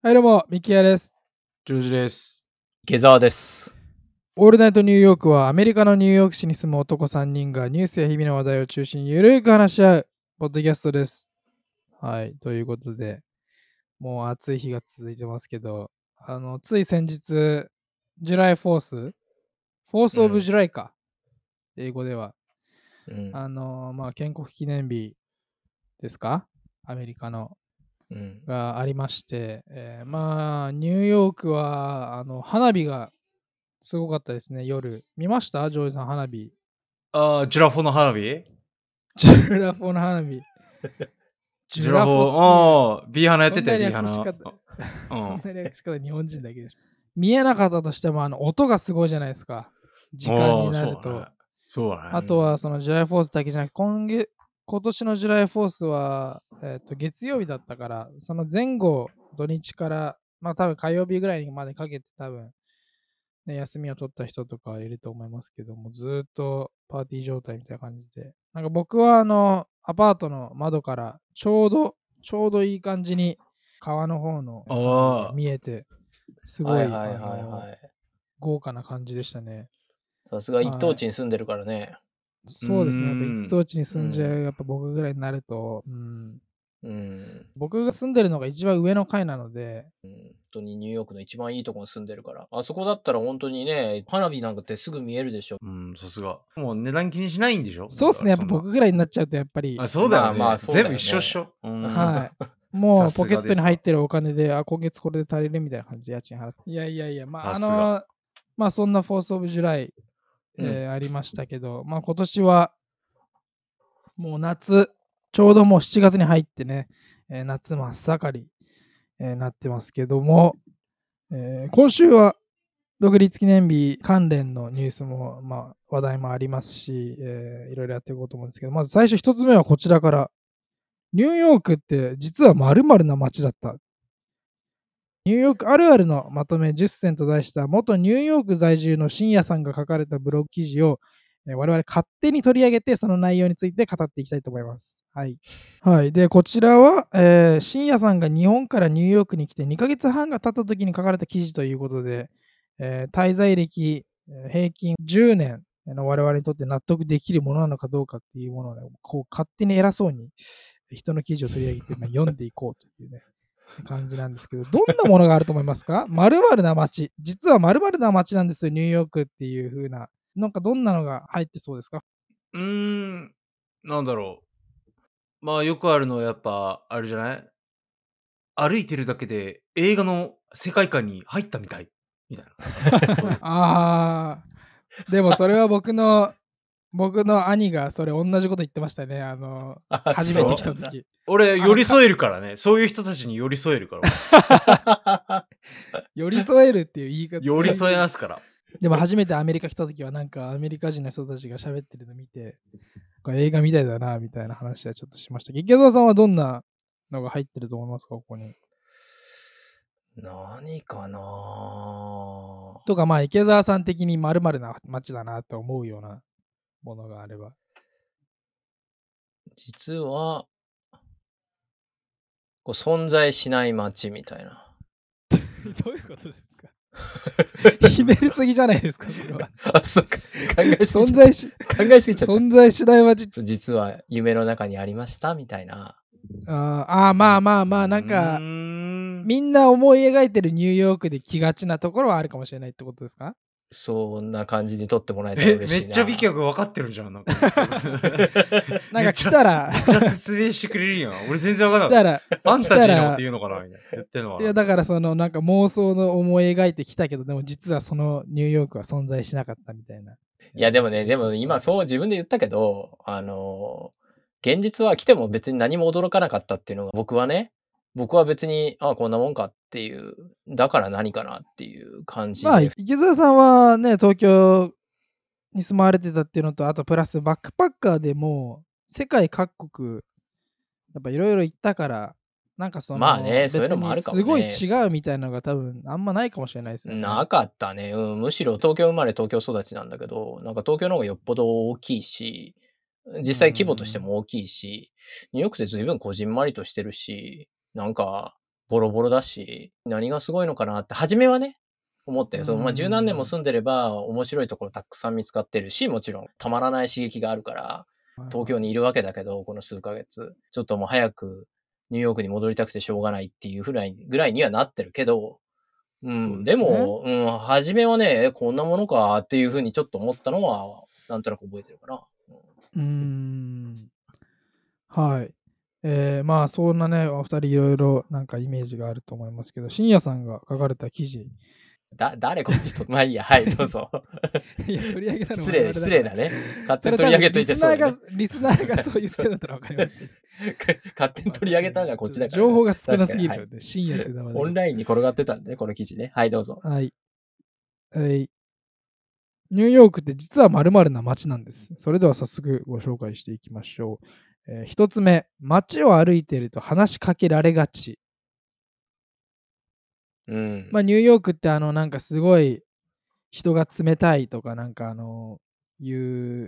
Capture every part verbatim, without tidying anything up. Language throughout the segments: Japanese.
はい、どうも、ミキヤです。 ジョージです。 下沢です。 オールナイトニューヨークはアメリカのニューヨーク市に住む男さんにんがニュースや日々の話題を中心にゆるく話し合うポッドキャストです。はい、ということで、もう暑い日が続いてますけど、あの、つい先日、ジュライフォース、フォースオブジュライか、うん、英語では、うん、あの、まあ、建国記念日ですか、アメリカの。うん、がありまして、えー、まあ、ニューヨークは、あの、花火がすごかったですね、夜。見ましたジョージさん、花火。 ああ、ジュラフォの花火ジュラフォの花火。 ジュラフォ、ああ、ビー花やってたよ、ビー花。そんな略し方日本人だけでしょ。見えなかったとしても、あの、音がすごいじゃないですか。時間になると。 そうだね。 あとは、そのジュライフォースだけじゃなくて、今月、今年のジュライフォースは、えー、と月曜日だったから、その前後、土日から、まあ多分火曜日ぐらいまでかけて多分、ね、休みを取った人とかいると思いますけども、ずっとパーティー状態みたいな感じで。なんか僕はあの、アパートの窓からちょうど、ちょうどいい感じに川の方の花火が見えて、すごい、はいはいはいはい、豪華な感じでしたね。 さすが一等地に住んでるからね。はい、 そうですね。やっぱ一等地に住んじゃう、やっぱ僕ぐらいになると、うん。うん、僕が住んでるのが一番上の階なので、 うん、本当にニューヨークの一番いいところに住んでるから、あそこだったら本当にね、花火なんかってすぐ見えるでしょ。 うん、さすが。もう値段気にしないんでしょ。 そうですね。やっぱ僕ぐらいになっちゃうとやっぱり。 あ、そうだよね。まあまあそうだよね、全部一緒っしょ。 うん、はい。もうポケットに入ってるお金で、あ、今月これで足りるみたいな感じで家賃払って。いやいやいや、まああの、まあそんなフォースオブジュライ、えーうん、ありましたけど、まあ今年はもう夏、ちょうどもうしちがつに入ってね、えー、夏真っ盛り、えー、なってますけども、えー、今週は独立記念日関連のニュースも、まあ、話題もありますし、えー、いろいろやっていこうと思うんですけど、まず最初一つ目はこちらから。ニューヨークって実は〇〇な街だった。ニューヨークあるあるのまとめじゅっせんと題した元ニューヨーク在住の深夜さんが書かれたブログ記事を、えー、我々勝手に取り上げてその内容について語っていきたいと思います。はい。はい。で、こちらは、えー、深夜さんが日本からニューヨークに来てにかげつはんが経った時に書かれた記事ということで、えー、滞在歴、平均じゅうねんの我々にとって納得できるものなのかどうかっていうものを、ね、こう勝手に偉そうに人の記事を取り上げて、まあ、読んでいこうというね、感じなんですけど、どんなものがあると思いますか？〇〇な街。実は〇〇な街なんですよ、ニューヨークっていう風な。なんかどんなのが入ってそうですか？ うーん、なんだろう。まあよくあるのはやっぱ、あれじゃない？歩いてるだけで映画の世界観に入ったみたい。みたいな。 ああ、でもそれは僕の、僕の兄がそれ同じこと言ってましたね。あの、初めて来た時。 俺、寄り添えるからね。そういう人たちに寄り添えるから。 寄り添えるっていう言い方。 寄り添えますから。 でも初めてアメリカ来た時はなんかアメリカ人の人たちが喋ってるの見て、映画みたいだなみたいな話はちょっとしました。池澤さんはどんなのが入ってると思いますか、ここに。 何かなとか、まあ、池澤さん的に〇〇な街だなと思うようなものがあれば。 実は、こう存在しない街みたいな。 どういうことですか？ひねりすぎじゃないですか、それは。 あ、そっか。考えすぎ存在し、 考えすぎちゃった。 存在しない街。 実は夢の中にありましたみたいな。 ああ、まあまあまあ、なんか、みんな思い描いてるニューヨークで来がちなところはあるかもしれないってことですか？ そんな感じで撮ってもらえたら嬉しいな。 めっちゃ美脚分かってるじゃん。なんかなんか来たらめっちゃ説明してくれるやん。俺全然分かんなない。ファンタジーのこと言うのかなみたいな。言ってんのかな。 いやだからそのなんか妄想の思い描いてきたけど、でも実はそのニューヨークは存在しなかったみたいな。 いやでもね、でも今そう自分で言ったけど、あの、現実は来ても別に何も驚かなかったっていうのが僕はね、僕は別に、ああ、こんなもんかっていう、だから何かなっていう感じで。 まあ、池澤さんはね、東京に住まわれてたっていうのと、あとプラスバックパッカーでも世界各国、やっぱいろいろ行ったから、なんかその、 まあね、そういうのもあるかもね。 すごい違うみたいなのが多分あんまないかもしれないですよね。 なかったね。うん、むしろ東京生まれ東京育ちなんだけど、なんか東京の方がよっぽど大きいし、実際規模としても大きいし、ニューヨークって随分こじんまりとしてるし、なんかボロボロだし、何がすごいのかなって、初めはね、思って、そのまあ十何年も住んでれば面白いところたくさん見つかってるし、もちろんたまらない刺激があるから、東京にいるわけだけど、この数ヶ月、ちょっともう早くニューヨークに戻りたくてしょうがないっていうぐらいぐらいにはなってるけど、うん、で, ね、でも、うん、初めはね、こんなものかっていうふうにちょっと思ったのは、なんとなく覚えてるかな。 うん、うーんはい。えー、まあそんなね、お二人いろいろなんかイメージがあると思いますけど、深夜さんが書かれた記事。 だ、誰この人まあいいや、はい、どうぞ。 いや、取り上げたの失礼、失礼だね。勝手に取り上げといてそう、ね、 リスナーがそう言ってたらわかりますけど。 勝手に取り上げたのがこっちだから、 ね、情報が少なすぎるので、はい、深夜って名前で。 オンラインに転がってたんで、この記事ね。はい、どうぞ。 はい。はい。ニューヨークって実は〇〇な街なんです。それでは早速ご紹介していきましょう。えー、一つ目、街を歩いていると話しかけられがち。 うん、 まあニューヨークってあのなんかすごい人が冷たいとかなんかあのいう、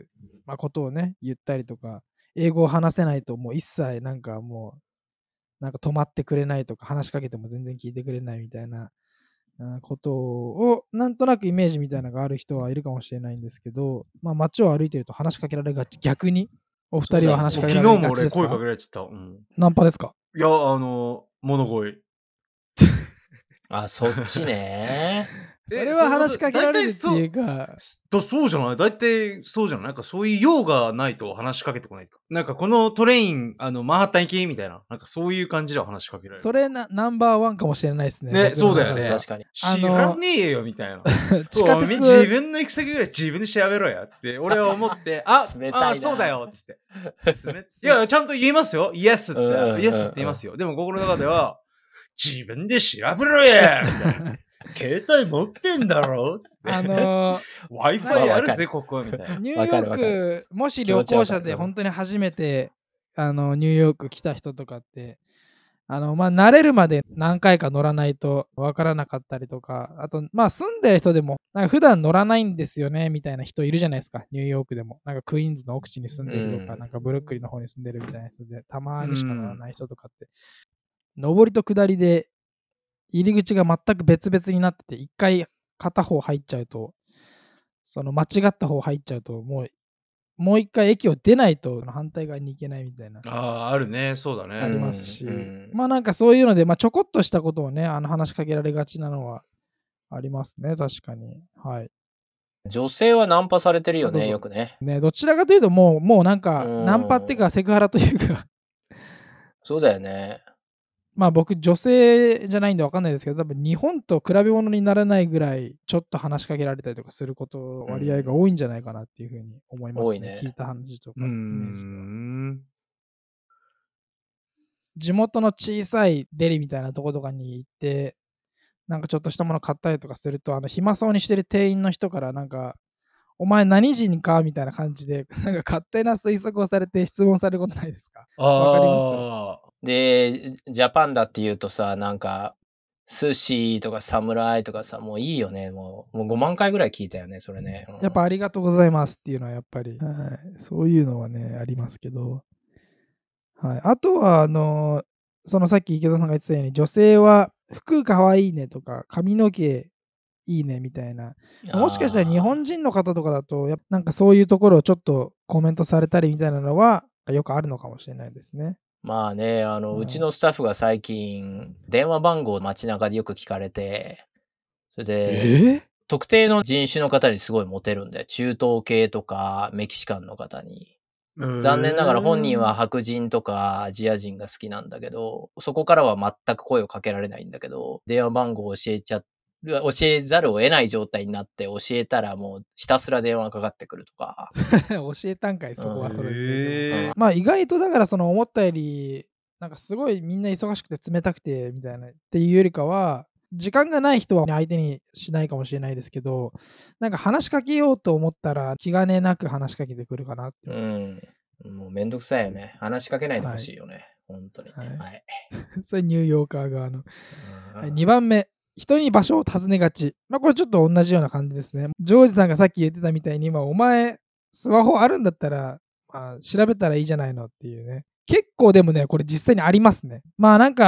まあ、ことをね言ったりとか、英語を話せないともう一切なんかもうなんか止まってくれないとか、話しかけても全然聞いてくれないみたいなことをなんとなくイメージみたいなのがある人はいるかもしれないんですけど、まあ街を歩いてると話しかけられがち。逆にお二人は話しかけられがちですか？ 昨日も俺声かけられちゃった。うん、 ナンパですか？ いや、あの物声。 あ、そっちね。 それは話しかけられるっていうか、 そうそうじゃない？大体そうじゃない？なんかそういう用がないと話しかけてこないか。なんかこのトレイン、あの、マンハッタン行きみたいな、なんかそういう感じで話しかけられる。 それなナンバーワンかもしれないですね。 ね、そうだよね。 確かに。 知らねえよみたいな。 地下鉄自分の行く先ぐらい自分で調べろやって俺は思って、あ、あ、そうだよっつって。いや、ちゃんと言いますよ。イエスって、イエスって言いますよ。でも心の中では、自分で調べろやみたいな。携帯持ってんだろあのー、 Wi-Fi あるぜ、ここみたいな。 ニューヨーク、もし旅行者で本当に初めてあのニューヨーク来た人とかって、あのまあ慣れるまで何回か乗らないとわからなかったりとか、あとまあ住んでる人でもなんか普段乗らないんですよねみたいな人いるじゃないですか、ニューヨークでも。なんかクイーンズの奥地に住んでるとか、うん、なんかブルックリンの方に住んでるみたいな人で、たまにしか乗らない人とかって、うん、上りと下りで入り口が全く別々になってて、一回片方入っちゃうと、その間違った方入っちゃうと、もうもう一回駅を出ないと反対側に行けないみたいな。 ああ、あるね。そうだね。 ありますし、うんうん、まあなんかそういうので、まあ、ちょこっとしたことをね、あの話しかけられがちなのはありますね、確かに。はい。 女性はナンパされてるよね、よくね。 ね、どちらかというともう、もうなんか、ナンパっていうかセクハラというかそうだよね。 まあ僕女性じゃないんで分かんないですけど、多分日本と比べ物にならないぐらいちょっと話しかけられたりとかすること割合が多いんじゃないかなっていうふうに思いますね。ね、聞いた話とかイメージは。地元の小さいデリみたいなところとかに行ってなんかちょっとしたもの買ったりとかすると、あの暇そうにしてる店員の人からなんかお前何人かみたいな感じでなんか勝手な推測をされて質問されることないですか？わかります？ で、ジャパンだって言うとさ、なんか、寿司とか侍とかさ、もういいよね。もう、もうごまん回ぐらい聞いたよね、それね。 うん、やっぱありがとうございますっていうのはやっぱり、はい、そういうのはね、ありますけど。はい、あとは、あの、そのさっき池田さんが言ってたように、女性は服かわいいねとか、髪の毛いいねみたいな。もしかしたら日本人の方とかだと、やっぱなんかそういうところをちょっとコメントされたりみたいなのは、よくあるのかもしれないですね。 まあね、あの、うん、うちのスタッフが最近、電話番号を街中でよく聞かれて、それで、 えー、 特定の人種の方にすごいモテるんで、中東系とかメキシカンの方に。残念ながら本人は白人とかアジア人が好きなんだけど、そこからは全く声をかけられないんだけど、電話番号を教えちゃ教えざるを得ない状態になって教えたらもうひたすら電話かかってくるとか教えたんかいそこはそれで、うん、まあ意外とだからその思ったよりなんかすごいみんな忙しくて冷たくてみたいなっていうよりかは、時間がない人は相手にしないかもしれないですけど、なんか話しかけようと思ったら気兼ねなく話しかけてくるかなって。 うん、もうめんどくさいよね。話しかけないでほしいよね、はい、本当に、はいはい、 それニューヨーカー側の、はい、にばんめ、人に場所を尋ねがち。まあこれちょっと同じような感じですね。ジョージさんがさっき言ってたみたいに、まあお前スマホあるんだったら、まあ、調べたらいいじゃないのっていうね。結構でもね、これ実際にありますね。まあなんか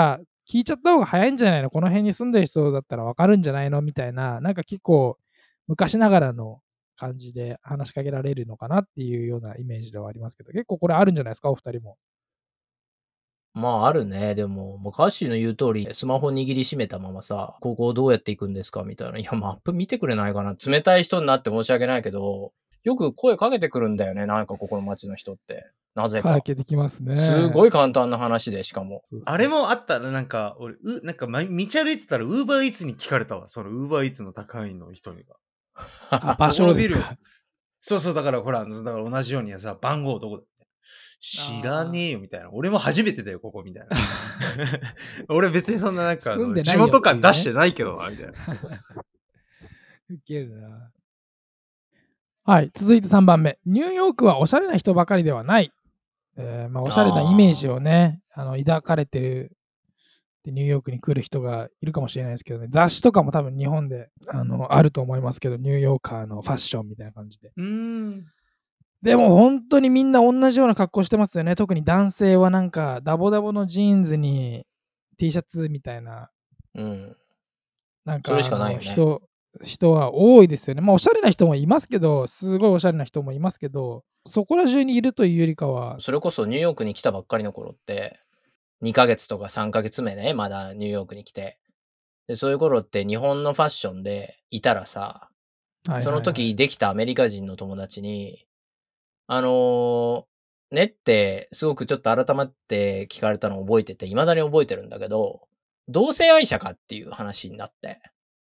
聞いちゃった方が早いんじゃないの、この辺に住んでる人だったらわかるんじゃないのみたいな、なんか結構昔ながらの感じで話しかけられるのかなっていうようなイメージではありますけど、結構これあるんじゃないですか、お二人も。 まあ、あるね。でも、もうカッシーの言う通り、スマホ握りしめたままさ、ここどうやって行くんですかみたいな。いや、マップ見てくれないかな。冷たい人になって申し訳ないけど、よく声かけてくるんだよね。なんかここの街の人って。なぜか。 かけてきますね。 すごい簡単な話で、しかも。 そうそうあれもあったら、なんか、俺、う、なんか、ま、道歩いてたら、ウーバーイーツに聞かれたわ。そのウーバーイーツの高いの人にが。 あ、場所ですか。 そうそう、だからほら、だから同じようにさ、番号どこだって知らねえよみたいな。俺も初めてだよ、ここみたいな。俺別にそんななんか、地元感出してないけどな、みたいな。 ウケるな。はい、続いてさんばんめ。ニューヨークはおしゃれな人ばかりではない。えーまあ、おしゃれなイメージをね、あの抱かれてるでニューヨークに来る人がいるかもしれないですけどね、雑誌とかも多分日本であのあると思いますけど、ニューヨーカーのファッションみたいな感じで。 うーんでも本当にみんな同じような格好してますよね。特に男性はなんかダボダボのジーンズに T シャツみたいな、 うん。 なんかそれしかないよね。 人人は多いですよね。まあおしゃれな人もいますけど、すごいおしゃれな人もいますけど、そこら中にいるというよりかは。 それこそニューヨークに来たばっかりの頃って、にかげつとかさんかげつめね、まだニューヨークに来て。で、そういう頃って日本のファッションでいたらさ、 はいはいはい、 その時できたアメリカ人の友達に、あのー、ねってすごくちょっと改まって聞かれたのを覚えてて、未だに覚えてるんだけど、同性愛者かっていう話になって。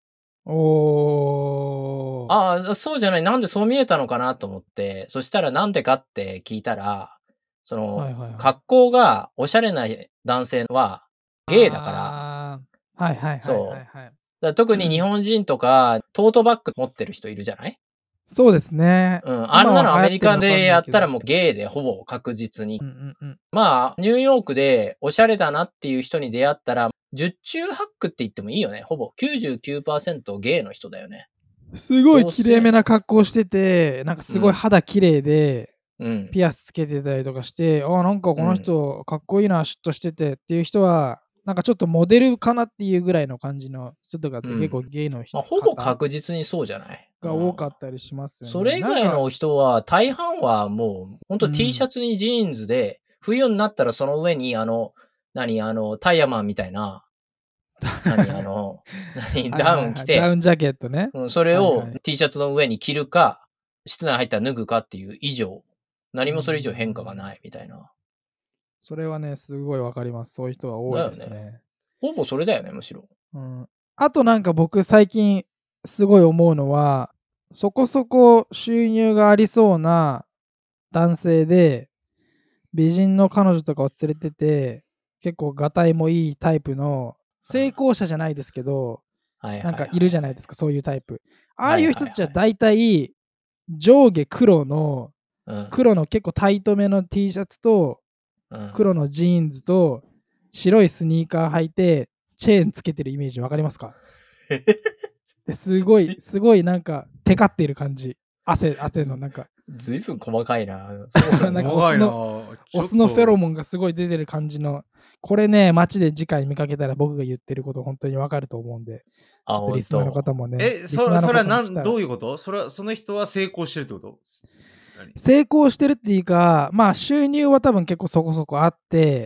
おー。 ああ、そうじゃない。なんでそう見えたのかなと思って、そしたらなんでかって聞いたら、その、 はいはいはい、 格好がおしゃれな男性はゲイだから。 はいはいはいはい、はい。 そう。だ特に日本人とか、トートバッグ持ってる人いるじゃない？ そうですね。 うん。あんなのアメリカでやったらもうゲイでほぼ確実に。 うんうんうん、 まあ、ニューヨークでおしゃれだなっていう人に出会ったら、十中八九って言ってもいいよね。ほぼ きゅうじゅうきゅうパーセント ゲイの人だよね。 すごい綺麗めな格好してて、なんかすごい肌綺麗で、うん、ピアスつけてたりとかして、あ、なんかこの人かっこいいな、シュッとしててっていう人は、なんかちょっとモデルかなっていうぐらいの感じの人とかって結構ゲイの人、 うん、まあ、ほぼ確実にそうじゃないが多かったりしますよね。 それ以外の人は大半はもうほんと T シャツにジーンズで、うん、冬になったらその上にあの何あのタイヤマンみたいな何あの何ダウン着てダウンジャケットね、 うん、それを T シャツの上に着るか室内入ったら脱ぐかっていう以上何もそれ以上変化がないみたいな。 それはねすごいわかります。そういう人は多いですね。ねほぼそれだよねむしろ。 うん、あとなんか僕最近すごい思うのは、そこそこ収入がありそうな男性で美人の彼女とかを連れてて、結構がたいもいいタイプの成功者じゃないですけど、なんかいるじゃないですか、そういうタイプ。ああいう人たちは大体上下黒の、黒の結構タイトめの T シャツと黒のジーンズと白いスニーカー履いてチェーンつけてるイメージわかりますか？ですごいすごいなんかテカっている感じ。汗汗のなんかずいぶん細かいな。 なんかオスのオスのフェロモンがすごい出てる感じの。これね街で次回見かけたら僕が言ってること本当にわかると思うんで、ちょっとリスナーの方もね。 え、それはなんどういうこと？それはその人は成功してるってこと？ 成功してるっていうか、まあ収入は多分結構そこそこあって、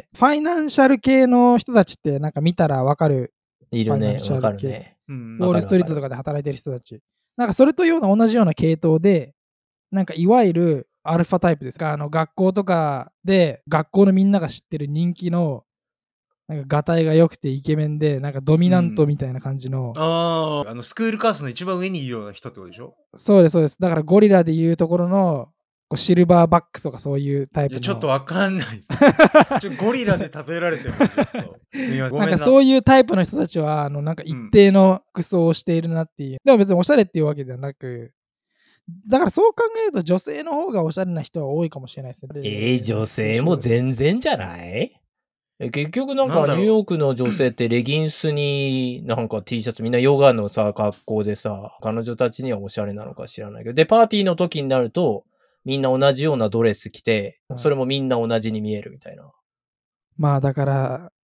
ファイナンシャル系の人たちってなんか見たらわかる。 いるね、わかるね。 ウォールストリートとかで働いてる人たち。なんかそれとような同じような系統で、なんかいわゆるアルファタイプですか、あの学校とかで学校のみんなが知ってる人気のなんかガタイが良くてイケメンでなんかドミナントみたいな感じの、 うん、ああ、あのスクールカーストの一番上にいるような人ってことでしょ？ そうですそうです。だからゴリラでいうところのシルバーバックとかそういうタイプの。 いやちょっとわかんないです。ちょゴリラで例えられてもちょっとすみません。 なんかそういうタイプの人たちはあのなんか一定の服装をしているなっていう、うん、でも別におしゃれっていうわけではなく、だからそう考えると女性の方がおしゃれな人は多いかもしれないですね。 えー、女性も全然じゃない？結局なんかニューヨークの女性ってレギンスになんか T シャツみんなヨガのさ格好でさ、彼女たちにはおしゃれなのか知らないけど、でパーティーの時になるとみんな同じようなドレス着て、それもみんな同じに見えるみたいな。 まあだから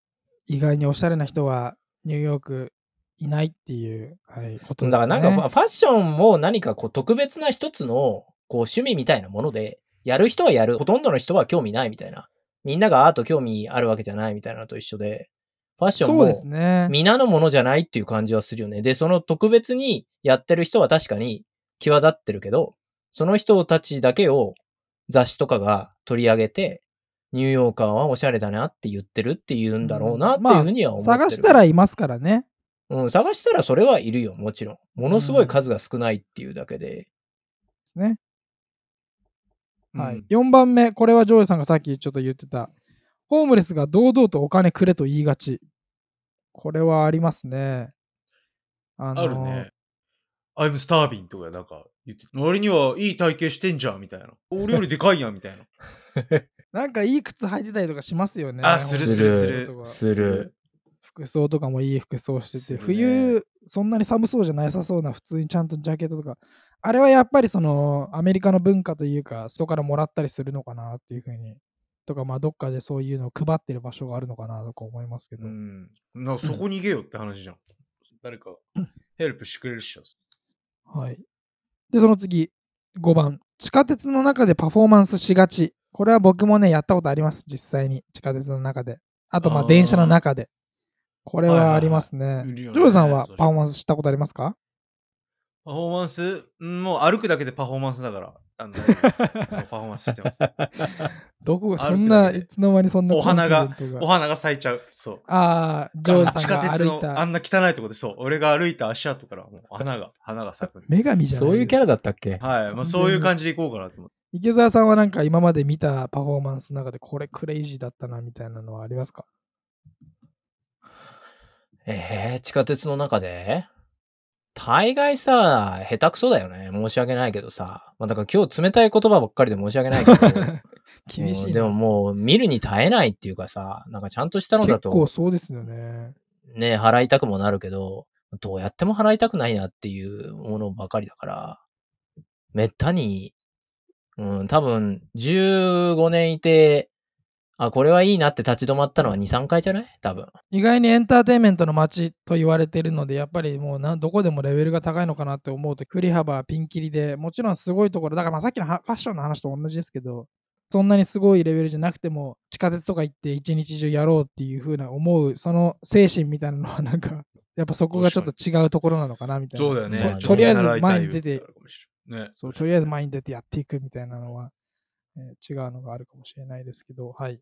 意外におしゃれな人はニューヨークいないっていう、はい、ことですね。 だからなんかファファッションも何かこう特別な一つのこう趣味みたいなもので、やる人はやる、ほとんどの人は興味ないみたいな。みんながアート興味あるわけじゃないみたいなのと一緒で、ファッションそうでもすね。 皆のものじゃないっていう感じはするよね。で、その特別にやってる人は確かに際立ってるけど、その人たちだけを雑誌とかが取り上げて、ニューヨーカーはおしゃれだなって言ってるって言うんだろうなっていうふうには思ってる。 まあ、探したらいますからね。 うん、探したらそれはいるよ、もちろん。ものすごい数が少ないっていうだけで。 ですね。はい。 うんよんばんめ、これはジョージさんがさっきちょっと言ってた。ホームレスが堂々とお金くれと言いがち。これはありますね。あのーあるね。I'm starving とかなんか言って、割にはいい体型してんじゃんみたいな。俺よりでかいやんみたいな。 なんかいい靴履いてたりとかしますよね。 あ、するするする。 する。 服装とかもいい服装してて、 するね冬そんなに寒そうじゃなさそうな普通にちゃんとジャケットとか、あれはやっぱりそのアメリカの文化というか、人からもらったりするのかなっていうふうに、とかまあどっかでそういうのを配ってる場所があるのかなとか思いますけど。 うん。なんかそこ逃げよって話じゃん。誰かヘルプしてくれるっしょ。 はい。で、その次、ごばん。地下鉄の中でパフォーマンスしがち。これは僕もね、やったことあります。実際に。地下鉄の中で。あと、まあ、 あー電車の中で。これはありますね。 はいはいはいいるよねジョージさんはパフォーマンスしたことありますか？ パフォーマンスんもう歩くだけでパフォーマンスだから。あの大丈夫ですもうパフォーマンスしてます。 どこがそん歩くな、 だけでいつの間にそんなお花がコンフィデントがお花が咲いちゃう。そう。 ああ、ジョージ地下さんが鉄の歩いたあんな汚いとこで、そう。俺が歩いた足跡からもう花が、花が咲く。 女神じゃないですか。 そういうキャラだったっけ？ はい。まあそういう感じでいこうかなと思って。 池澤さんはなんか今まで見たパフォーマンスの中でこれクレイジーだったなみたいなのはありますか？ えー、地下鉄の中で大概さ、下手くそだよね。申し訳ないけどさ。まあ、だから今日冷たい言葉ばっかりで申し訳ないけど。 厳しいな。 うんでももう見るに耐えないっていうかさ、なんかちゃんとしたのだ結構と、 そうですよね。 ね、払いたくもなるけど、どうやっても払いたくないなっていうものばかりだから、めったに、うん、多分じゅうごねんいて、あ、これはいいなって立ち止まったのはに、さんかいじゃない多分。 意外にエンターテインメントの街と言われているので、やっぱりもうなどこでもレベルが高いのかなって思うと、振り幅はピンキリで、もちろんすごいところ、だからまあさっきのはファッションの話と同じですけど、そんなにすごいレベルじゃなくても、地下鉄とか行って一日中やろうっていう風な思う、その精神みたいなのはなんか、やっぱそこがちょっと違うところなのかなみたいな。 そうだよね。 まあととりあえず習いたい前に出て部分があるかもしれないね。 そう、とりあえず前に出てやっていくみたいなのは、えー違うのがあるかもしれないですけど、はい。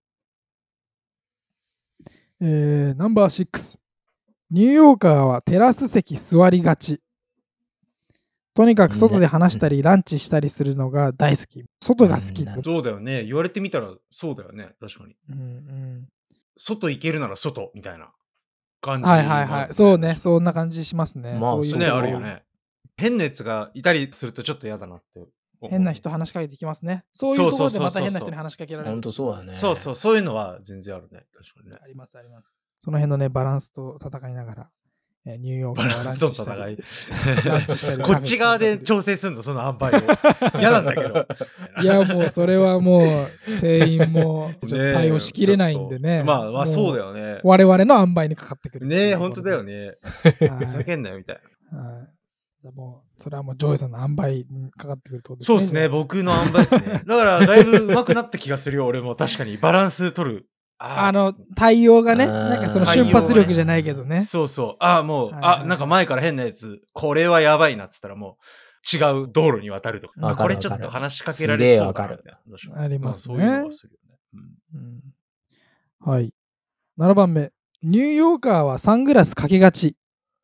えー、ナンバーシックス。ニューヨーカーはテラス席座りがち。とにかく外で話したり、ランチしたりするのが大好き。外が好き。 うんそうだよね。言われてみたらそうだよね。確かに。 うんうん外行けるなら外みたいな感じ。 はいはいはい。そうね、そんな感じしますね。 まあね、 そういう人が多いあるよね。変なやつがいたりするとちょっと嫌だなって思う。 変な人話しかけてきますね。そういうところでまた変な人に話しかけられる。 ほんとそうだね。 そうそう、そういうのは全然あるね。確かにね。 ありますあります。その辺のね、バランスと戦いながら、えーニューヨークバはランランスとのチしたり戦い。 ランチしたりこっち側で調整すんの、その塩梅を。嫌なんだけど。 いや、もうそれはもう店員もちょっと対応しきれないんでね。 まあまあそうだよ。 よね。 我々の塩梅にかかってくる。 ねえ、本当だよね。 ね。 はいふざけんなよみたいな。 はいもうそれはもうジョージさんの塩梅にかかってくるってことですね。 そうですね、僕の塩梅ですね。だからだいぶ上手くなった気がするよ、俺も。確かにバランス取る。 ああの、対応がね、 あーなんかその瞬発力じゃないけどね。 そうそう。ああ、もう、 はいはいはいあ、なんか前から変なやつ、これはやばいなっつったらもう、違う道路に渡るとか。 わかるあこれちょっと話しかけられそうだなみたいな。確かにありますねうんそういうのはするよね。うんうんはい。ななばんめ。ニューヨーカーはサングラスかけがち。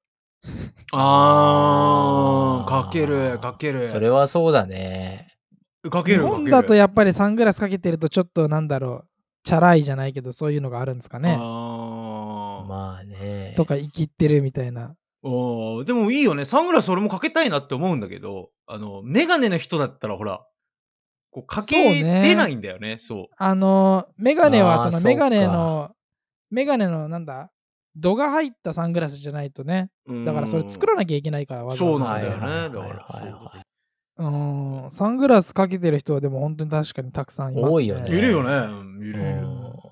あー、かける、かける。 それはそうだね。 日かける、かける。 本だとやっぱりサングラスかけてるとちょっとなんだろう、チャラいじゃないけどそういうのがあるんですかね。 あーまあね。 とか生きってるみたいな。 おーでもいいよね。サングラス俺もかけたいなって思うんだけど、あの、メガネの人だったらほら、こうかけそうねれないんだよね。そう。 あの、メガネはあーそのメガネそっの、メガネのなんだ、度が入ったサングラスじゃないとね。だからそれ作らなきゃいけないから、わざわざそうなんだよね。 はいはいだから、 はいはいはいそううん、サングラスかけてる人はでも本当に確かにたくさんいます、ね。 多いよねいるよね。うんいるいる。 うん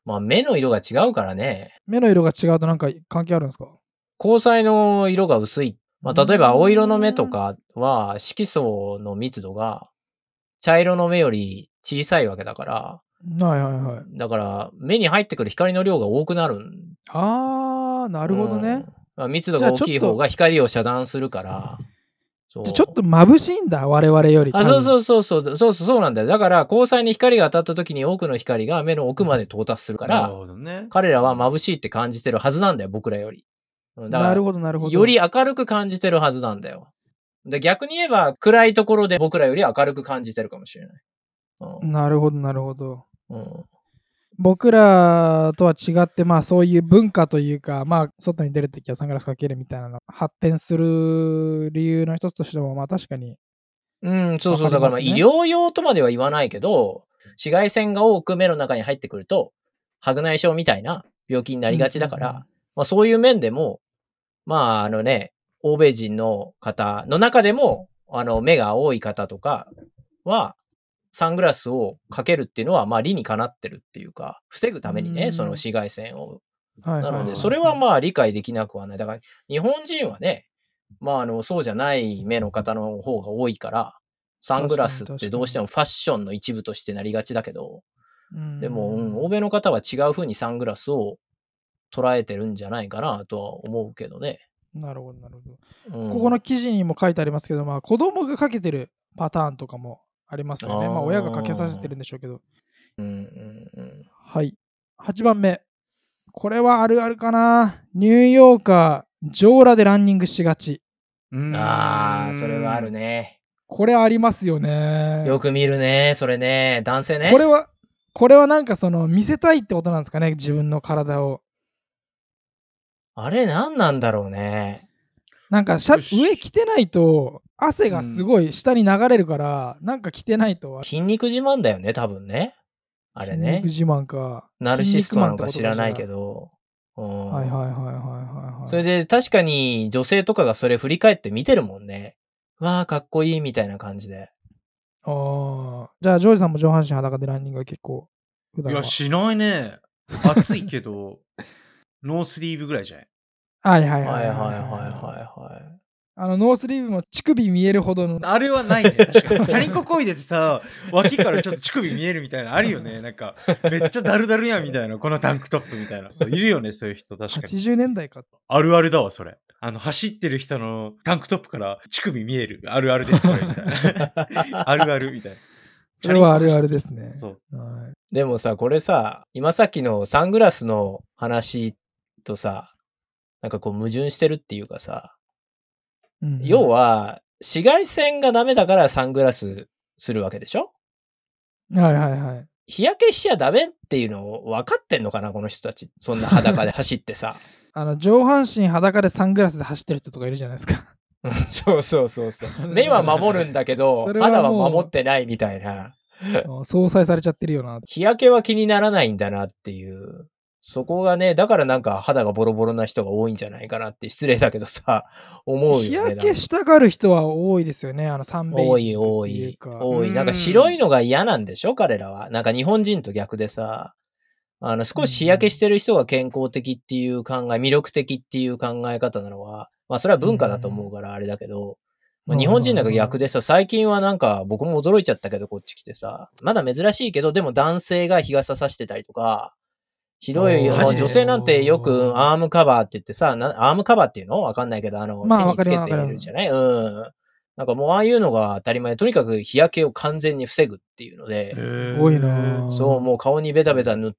まあ目の色が違うからね。 目の色が違うとなんか関係あるんですか？ 虹彩の色が薄い。まあ、例えば青色の目とかは色素の密度が茶色の目より小さいわけだから。 はいはいはい。 だから目に入ってくる光の量が多くなる。 あー、なるほどね。 うん、密度が大きい方が光を遮断するから。 じゃちょっと眩しいんだ、我々より。 あ、そうそうそうそう、そうそうそうなんだよ。だから光彩に光が当たった時に多くの光が目の奥まで到達するから、なるほどね、彼らは眩しいって感じてるはずなんだよ、僕らより。だからなるほどなるほど。より明るく感じてるはずなんだよ。で逆に言えば暗いところで僕らより明るく感じてるかもしれない。 うん、なるほどなるほど。 うん、僕らとは違って、まあそういう文化というか、まあ外に出るときはサングラスかけるみたいなのが発展する理由の一つとしても、まあ確かに。 うん、そうそう、だからまあ医療用とまでは言わないけど、紫外線が多く目の中に入ってくると、白内障みたいな病気になりがちだから、うんうんうん、まあそういう面でも、まああのね、欧米人の方の中でも、あの目が多い方とかは、サングラスをかけるっていうのは、まあ理にかなってるっていうか、防ぐためにね、その紫外線を。なので、それはまあ理解できなくはない。だから、日本人はね、まああの、そうじゃない目の方の方が多いから、サングラスってどうしてもファッションの一部としてなりがちだけど、でも、うん、欧米の方は違う風にサングラスを捉えてるんじゃないかなとは思うけどね。 なるほど、なるほど。うん、ここの記事にも書いてありますけど、まあ子供がかけてるパターンとかもありますよね。まあ親がかけさせてるんでしょうけど。 うんうんうん、 はい。はちばんめ。これはあるあるかな。ニューヨーカー、上裸でランニングしがち。 ああ、それはあるね。 これありますよね。 よく見るね、それね。男性ね。 これは、これはなんかその見せたいってことなんですかね、自分の体を。 あれ何なんだろうね。 なんかシャ上着てないと汗がすごい下に流れるから、うん、なんか着てないと。 筋肉自慢だよね、多分ね。あれね。 筋肉自慢か。 ナルシストなのか知らないけど。 うん、はいはいはいはいはい、はい。 それで確かに女性とかがそれ振り返って見てるもんね。わあ、かっこいいみたいな感じで。 ああ。じゃあ、ジョージさんも上半身裸でランニングは結構普段は。いや、しないね。暑いけど、ノースリーブぐらいじゃない。 はいはいはいはいはいはいはい。 あのノースリーブも乳首見えるほどの。 あれはないね。確かに。チャリンコこいでてさ、脇からちょっと乳首見えるみたいな、あるよね。なんか、めっちゃダルダルやんみたいな、このタンクトップみたいな。そういるよね、そういう人、確かに。 はちじゅうねんだいか。 あるあるだわ、それ。あの、走ってる人のタンクトップから乳首見える。あるあるです、これ。みたいな。あるあるみたいな。 それはあるあるですね。 そう。 はい、でもさ、これさ、今さっきのサングラスの話とさ、なんかこう矛盾してるっていうかさ、うんうん、要は、紫外線がダメだからサングラスするわけでしょ？ はいはいはい。 日焼けしちゃダメっていうのを分かってんのかな、この人たち。そんな裸で走ってさ。 あの、上半身裸でサングラスで走ってる人とかいるじゃないですか。 そうそうそうそう。目は守るんだけど、肌は守ってないみたいな。 相殺されちゃってるよな。 日焼けは気にならないんだなっていう。そこがね、だからなんか肌がボロボロな人が多いんじゃないかなって失礼だけどさ、思うよね。 日焼けしたがる人は多いですよね。あのサンベイジングっていうか。 多い、多い。多い。なんか白いのが嫌なんでしょ彼らは。なんか日本人と逆でさ、あの少し日焼けしてる人が健康的っていう考え、魅力的っていう考え方なのは、まあそれは文化だと思うからあれだけど、まあ、日本人なんか逆でさ、最近はなんか僕も驚いちゃったけどこっち来てさ、まだ珍しいけど、でも男性が日傘さしてたりとか、ひどい、女性なんてよくアームカバーって言ってさ、アームカバーっていうのわかんないけど、あの、 まあ、 手につけてるじゃない？うん。なんかもうああいうのが当たり前。とにかく日焼けを完全に防ぐっていうので。 すごいなそう、もう顔にベタベタ塗って、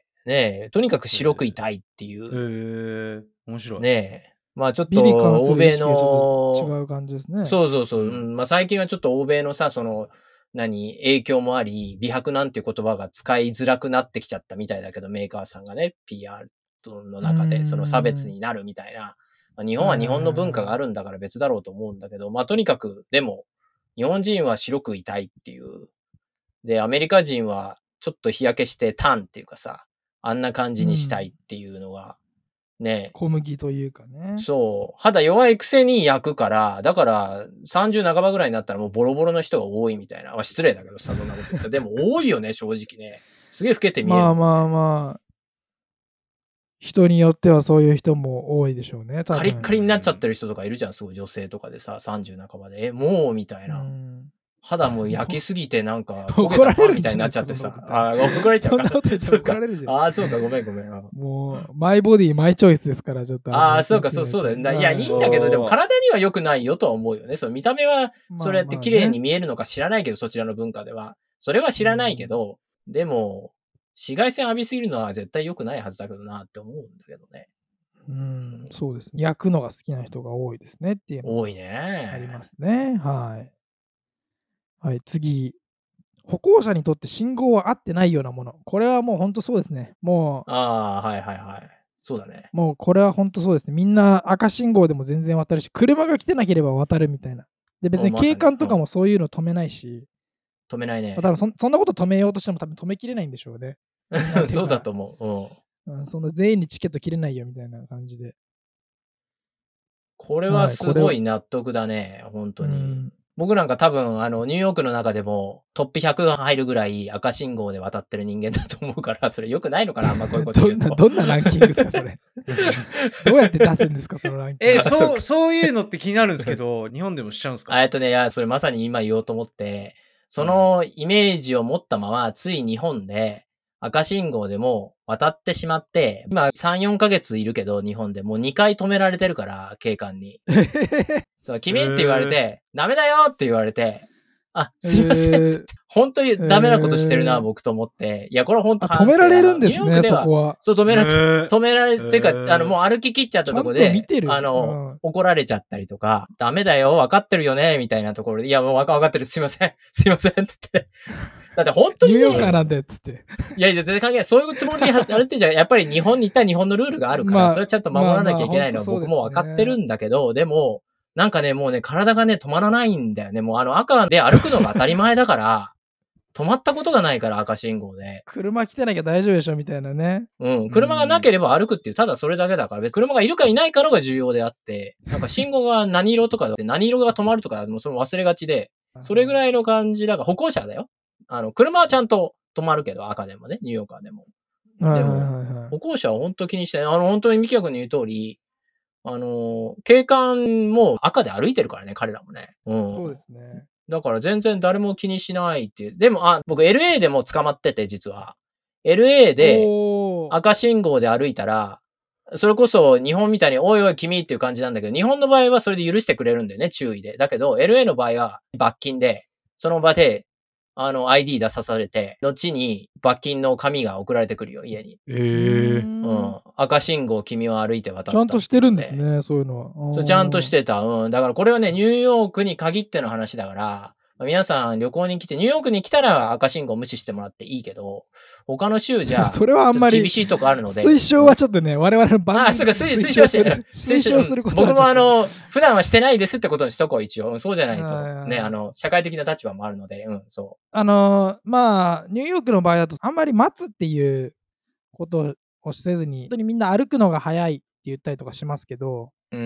ねえ、とにかく白くいたいっていう。 へえ、面白い。 ねえ。まあちょっと欧米の違う感じですね。 そうそうそう。うん、まあ最近はちょっと欧米のさ、その、何、影響もあり、美白なんていう言葉が使いづらくなってきちゃったみたいだけど、メーカーさんがね、ピーアール の中で、その差別になるみたいな。まあ、日本は日本の文化があるんだから別だろうと思うんだけど、まあとにかく、でも、日本人は白くいたいっていう。で、アメリカ人はちょっと日焼けしてタンっていうかさ、あんな感じにしたいっていうのが、ね。 小麦というかね。 そう。肌弱いくせに焼くから、だからさんじゅう半ばぐらいになったらもうボロボロの人が多いみたいな。失礼だけどさ、そんなこと言った。でも多いよね、正直ね。 すげえ老けて見える。 まあまあまあ、人によってはそういう人も多いでしょうね、多分。 カリッカリになっちゃってる人とかいるじゃん、すごい女性とかでさ、さんじゅう半ばで。え、もうみたいな。肌も焼きすぎてなんか焦げたパンみたいになっちゃってさ。あ、怒られちゃうか。 そんなこと言って怒られるじゃん。 ああ、そうか、ごめんごめん。 もう、マイボディ、マイチョイスですから、ちょっと。 ああ、そうか、そう、そうだよね。いや、いいんだけど、でも体には良くないよとは思うよね。その見た目は、それやって綺麗に見えるのか知らないけど、そちらの文化では。それは知らないけど、でも、紫外線浴びすぎるのは絶対良くないはずだけどなって思うんだけどね。 うん、そうですね。焼くのが好きな人が多いですねっていうの多いね。 ありますね。はい。はい、次。歩行者にとって信号は合ってないようなもの。これはもう本当そうですね。もう。ああ、はいはいはい。そうだね。 もうこれは本当そうですね。みんな赤信号でも全然渡るし、車が来てなければ渡るみたいな。で、別に警官とかもそういうの止めないし。 止めないね。 多分 そ, そんなこと止めようとしても多分止めきれないんでしょうね。 そうだと思う、うん。そんな全員にチケット切れないよみたいな感じで。 これはすごい納得だね、はい、本当に。うん、僕なんか多分、あの、ニューヨークの中でもトップひゃくが入るぐらい赤信号で渡ってる人間だと思うから、それ良くないのかな、あんまこういうこと言うと。 どんな、どんなランキングですか、それ。どうやって出すんですか、そのランキング。 え、そう、そういうのって気になるんですけど、日本でもしちゃうんですか？ えっとね、いや、それまさに今言おうと思って、そのイメージを持ったまま、つい日本で赤信号でも渡ってしまって、今さん、よんかげついるけど、日本でもうにかい止められてるから、警官に。そう、君って言われて、ダメだよって言われて、あ、すいませんって言って、本当にダメなことしてるな、僕と思って。いや、これ本当止められるんですね、そこは。 そう、止められて、止められてか、あの、もう歩き切っちゃったとこで、あの、怒られちゃったりとか、ダメだよ、分かってるよね、みたいなところで、いや、もう分かってる、すいません、すいませんって言って。だって本当に、 ニューヨーカーなんで、つって。 いやいや、全然関係ない。そういうつもりでやってんじゃん。やっぱり日本に行ったら日本のルールがあるから、まあ、それはちゃんと守らなきゃいけないのは僕も分かってるんだけど、でも、なんかね、もうね、体がね、止まらないんだよね。もうあの赤で歩くのが当たり前だから、止まったことがないから赤信号で。 車来てなきゃ大丈夫でしょみたいなね。 うん。車がなければ歩くっていう、ただそれだけだから、別に車がいるかいないかのが重要であって、なんか信号が何色とかで何色が止まるとか、もうそれ忘れがちで、それぐらいの感じだから、歩行者だよ。あの、車はちゃんと止まるけど、赤でもね、ニューヨーカーでも。でも、歩行者は本当気にして、あの、本当にミキヤ君の言う通り、あの、警官も赤で歩いてるからね、彼らもね。うん。 そうですね。 だから全然誰も気にしないっていう。でも、あ、僕 エルエー でも捕まってて、実は。エルエー で赤信号で歩いたら、それこそ日本みたいに、おいおい君っていう感じなんだけど、日本の場合はそれで許してくれるんだよね、注意で。だけど、エルエー の場合は罰金で、その場で、あの、アイディー 出さされて、後に罰金の紙が送られてくるよ、家に。 えー、 うん。赤信号君は歩いて渡った。 ちゃんとしてるんですね、そういうのは。 そう、ちゃんとしてた。うん。だからこれはね、ニューヨークに限っての話だから、皆さん旅行に来て、ニューヨークに来たら赤信号無視してもらっていいけど、他の州じゃ、 それはあんまり厳しいとこあるので。 推奨はちょっとね、我々の番組あ、そうか、推奨してる。 推奨することは。 僕もあの、普段はしてないですってことにしとこう、一応。そうじゃないと。ね、あの、社会的な立場もあるので、うん、そう。 あの、まあ、ニューヨークの場合だと、あんまり待つっていうことをせずに、本当にみんな歩くのが早いって言ったりとかしますけど、 うんうん、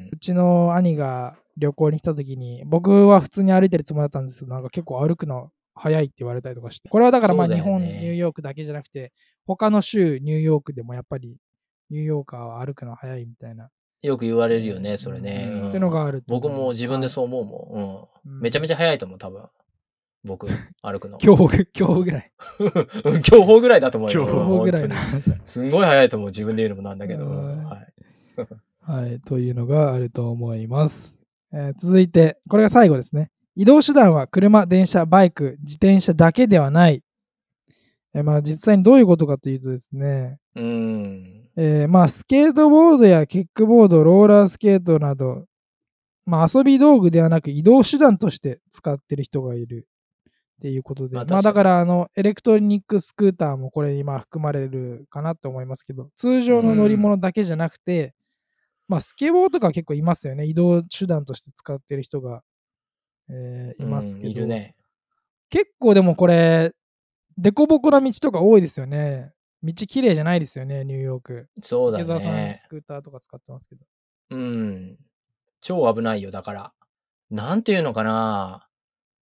うちの兄が旅行に来た時に、僕は普通に歩いてるつもりだったんですけど、なんか結構歩くの早いって言われたりとかして、これはだからまあ日本、ね、ニューヨークだけじゃなくて、他の州、ニューヨークでもやっぱりニューヨーカーは歩くの早いみたいな。 よく言われるよね、それね。 うん、ってのがあると。 僕も自分でそう思うもん。うん。めちゃめちゃ早いと思う、多分。僕、歩くの。 競歩、競歩ぐらい。 競歩ぐらいだと思うよ。 競歩ぐらい。 すんごい早いと思う、自分で言うのもなんだけど。はい。 はい、というのがあると思います、えー。続いて、これが最後ですね。移動手段は車、電車、バイク、自転車だけではない。えー、まあ実際にどういうことかというとですね、 うんえー、まあスケートボードやキックボード、ローラースケートなど、まあ遊び道具ではなく移動手段として使ってる人がいるっていうことで、まあ、まあだからあのエレクトニックスクーターもこれ今含まれるかなと思いますけど、通常の乗り物だけじゃなくて、まあ、スケボーとか結構いますよね。移動手段として使ってる人が、えー、いますけど、 いるね。 結構でもこれ、凸凹な道とか多いですよね。道綺麗じゃないですよね、ニューヨーク。 そうだね。 池澤さん、スクーターとか使ってますけど。 うん。超危ないよ、だから。なんていうのかな。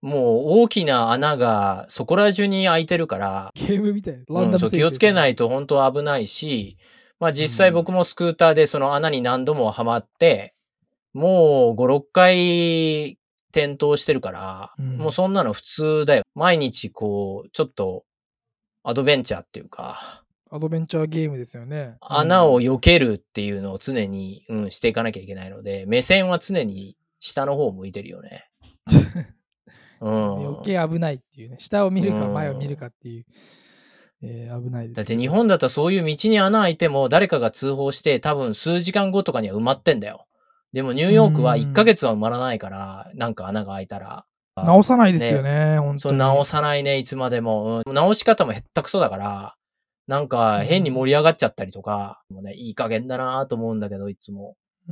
もう大きな穴がそこら中に開いてるから、 ゲームみたいな。 うん、そう気をつけないと本当危ないし、まあ実際僕もスクーターでその穴に何度もはまって、もうご、ろっかい転倒してるから、うん、もうそんなの普通だよ。毎日こう、ちょっとアドベンチャーっていうか、 アドベンチャーゲームですよね。 穴を避けるっていうのを常に、うん、していかなきゃいけないので、目線は常に下の方を向いてるよね。 うん、余計危ないっていうね。下を見るか前を見るかっていう。えー、危ないです。 だって日本だとそういう道に穴開いても誰かが通報して多分数時間後とかには埋まってんだよ。でもニューヨークはいっかげつは埋まらないから、なんか穴が開いたら。 直さないですよね、 ね本当に。 そう、直さないね、いつまでも。うん、直し方もへったくそだから、なんか変に盛り上がっちゃったりとか、もうね、いい加減だなと思うんだけど、いつも。 うん。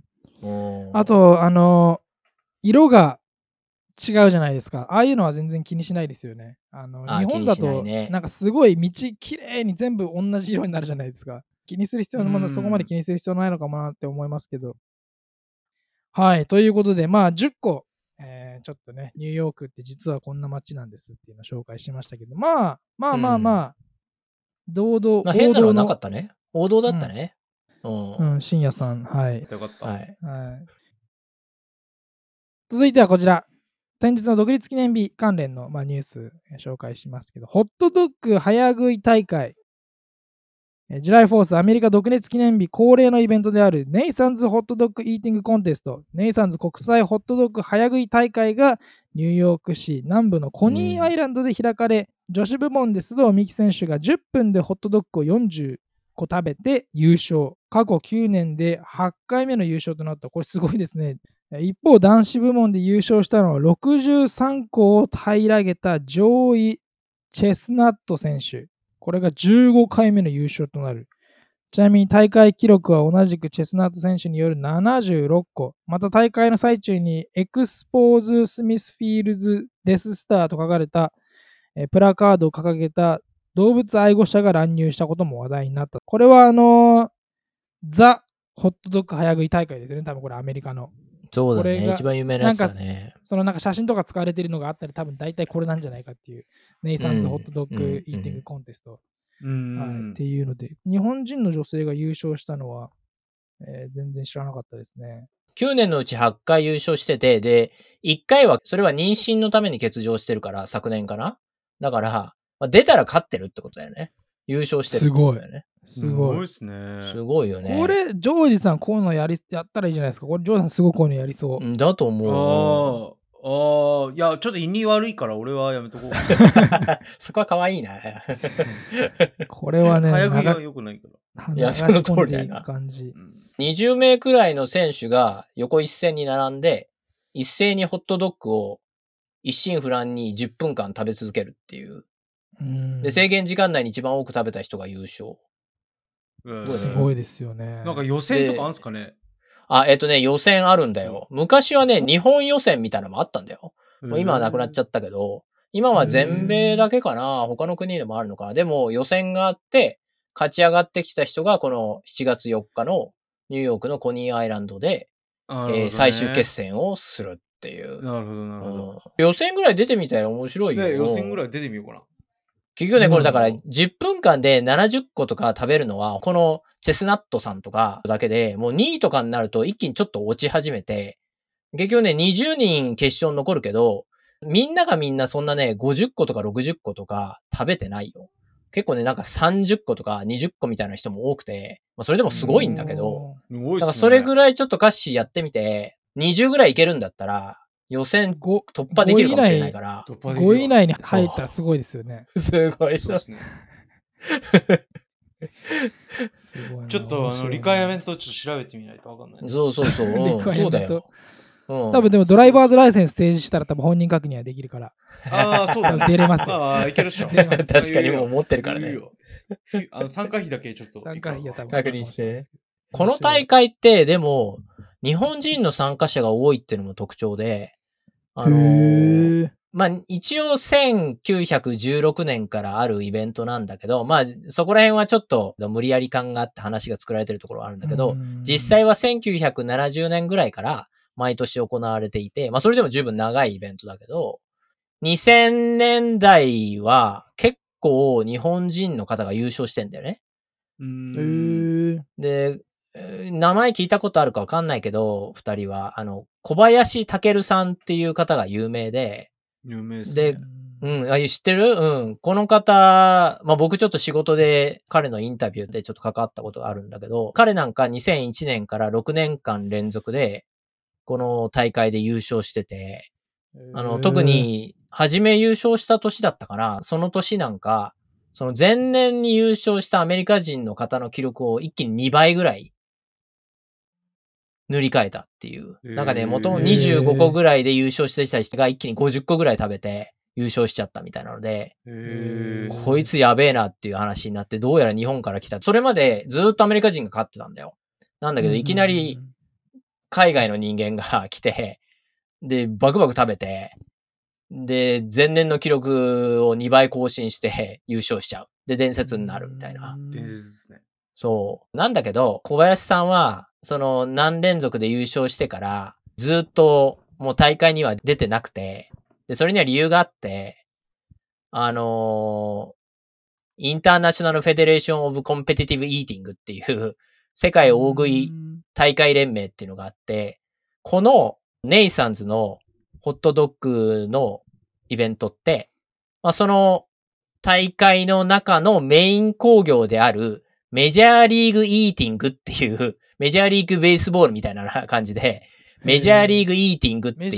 あと、あの、色が違うじゃないですか。ああいうのは全然気にしないですよね。あのあ日本だと、 ね、 なんかすごい道きれいに全部同じ色になるじゃないですか。気にする必要のもの、そこまで気にする必要ないのかもなって思いますけど。はい。ということで、まあ、じゅっこ、えー、ちょっとね、ニューヨークって実はこんな街なんですっていうのを紹介しましたけど、まあ、まあまあまあ、うん、堂々、 まあ、変なのはなかったね。王道だったね。 うん、うん、深夜さん、はい。 よかった。 はい。 はい。続いてはこちら。先日の独立記念日関連の、まあ、ニュース紹介しますけど、ホットドッグ早食い大会。ジュライフォースアメリカ独立記念日恒例のイベントであるネイサンズホットドッグイーティングコンテスト、ネイサンズ国際ホットドッグ早食い大会がニューヨーク市南部のコニーアイランドで開かれ、うん、女子部門で須藤美希選手がじゅっぷんでホットドッグをよんじゅっこ食べて優勝。過去きゅうねんではちかいめの優勝となった。これすごいですね。一方、男子部門で優勝したのはろくじゅうさんこを平らげたジョーイ・チェスナット選手。これがじゅうごかいめの優勝となる。ちなみに大会記録は同じくチェスナット選手によるななじゅうろっこ。また大会の最中にエクスポーズ・スミスフィールズ・デススターと書かれたプラカードを掲げた動物愛護者が乱入したことも話題になった。これはあのー、ザ・ホットドッグ早食い大会ですよね。多分これアメリカの。 そうだね。一番有名なやつだね。 そのなんか写真とか使われているのがあったり、多分大体これなんじゃないかっていう。ネイサンズホットドッグイーティングコンテスト。 うんはい、っていうので、日本人の女性が優勝したのは、えー、全然知らなかったですね。 きゅうねんのうちはちかい優勝してて、で、いっかいは、それは妊娠のために欠場してるから、昨年かな。だから、まあ、出たら勝ってるってことだよね。優勝してるってことだよね。 すごい。すごいですね。 すごいよね。 これ、ジョージさん、こういうのやりやったらいいじゃないですか。これ、ジョージさん、すごいこういうのやりそう。 だと思う。ああ、いや、ちょっと意味悪いから俺はやめとこう。 そこは可愛いな。 これはね、 早食いは良くないから。 いや、その通りだよな。 感じ。 にじゅうめいくらいの選手が横一線に並んで、一斉にホットドッグを一心不乱にじゅっぷんかん食べ続けるっていう。 うんで、制限時間内に一番多く食べた人が優勝。 すごいですよね。 なんか予選とかあるんすかね。 あ、えっとね、予選あるんだよ。昔はね、日本予選みたいなのもあったんだよ。もう今はなくなっちゃったけど、今は全米だけかな。他の国でもあるのかな。でも予選があって、勝ち上がってきた人がこのしちがつよっかのニューヨークのコニーアイランドで、えー、最終決戦をするっていう。 なるほど、なるほど、 うん。予選ぐらい出てみたら面白いよ。 ね、予選ぐらい出てみようかな。 結局ね、これだからじゅっぷんかんでななじゅっことか食べるのは、このチェスナットさんとかだけで、もうにいとかになると一気にちょっと落ち始めて、結局ね、にじゅうにん決勝に残るけど、みんながみんなそんなね、ごじゅっことかろくじゅっことか食べてないよ。結構ね、なんかさんじゅっことかにじゅっこみたいな人も多くて、まあ、それでもすごいんだけど、だからそれぐらいちょっとカッシーやってみて、にじゅうぐらいいけるんだったら、予選突破できるかもしれないから。 ごい以内に入ったらすごいですよね。 すごい。 そうですね。すごいちょっとあのリクワイアメントちょっと調べてみないと分かんない。 そうそうそう。リクワイアメント。そうだよ。 うん、多分でもドライバーズライセンス提示したら多分本人確認はできるから。 ああ、そうだ、ね。 出れますよ。 ああ、いけるっしょ。 確かにもう持ってるからね。 あの参加費だけちょっと。 参加費は多分確認して。この大会ってでも日本人の参加者が多いっていうのも特徴で、あのー、まあ、一応せんきゅうひゃくじゅうろくねんからあるイベントなんだけど、まあ、そこら辺はちょっと無理やり感があって話が作られてるところはあるんだけど、実際はせんきゅうひゃくななじゅうねんぐらいから毎年行われていて、まあ、それでも十分長いイベントだけど、 にせんねんだいは結構日本人の方が優勝してんだよね。 うーん。 へえ。 で、えー名前聞いたことあるかわかんないけど、二人は、あの、小林健さんっていう方が有名で、 有名ですでね。 うん、あ、知ってるうん。この方、まあ、僕ちょっと仕事で彼のインタビューでちょっと関わったことがあるんだけど、彼なんかにせんいちねんからろくねんかん連続で、この大会で優勝してて、あの、特に、初め優勝した年だったから、その年なんか、その前年に優勝したアメリカ人の方の記録を一気ににばいぐらい塗り替えたっていう。なんかね、元々にじゅうごこぐらいで優勝してた人が一気にごじゅっこぐらい食べて優勝しちゃったみたいなので、 へーこいつやべえなっていう話になって、どうやら日本から来た。それまでずっとアメリカ人が勝ってたんだよ。なんだけど、いきなり海外の人間が来て、で、バクバク食べて、で、前年の記録をにばい更新して優勝しちゃう。で、伝説になるみたいな。 伝説ですね。 そう。なんだけど、小林さんは、その何連続で優勝してから、ずっともう大会には出てなくて、で、それには理由があって、あのー、インターナショナルフェデレーションオブコンペティティブイーティングっていう世界大食い大会連盟っていうのがあって、このネイサンズのホットドッグのイベントって、まあ、その大会の中のメイン興行であるメジャーリーグイーティングっていう、メジャーリーグベースボールみたいな感じで、メジャーリーグイーティングっていう、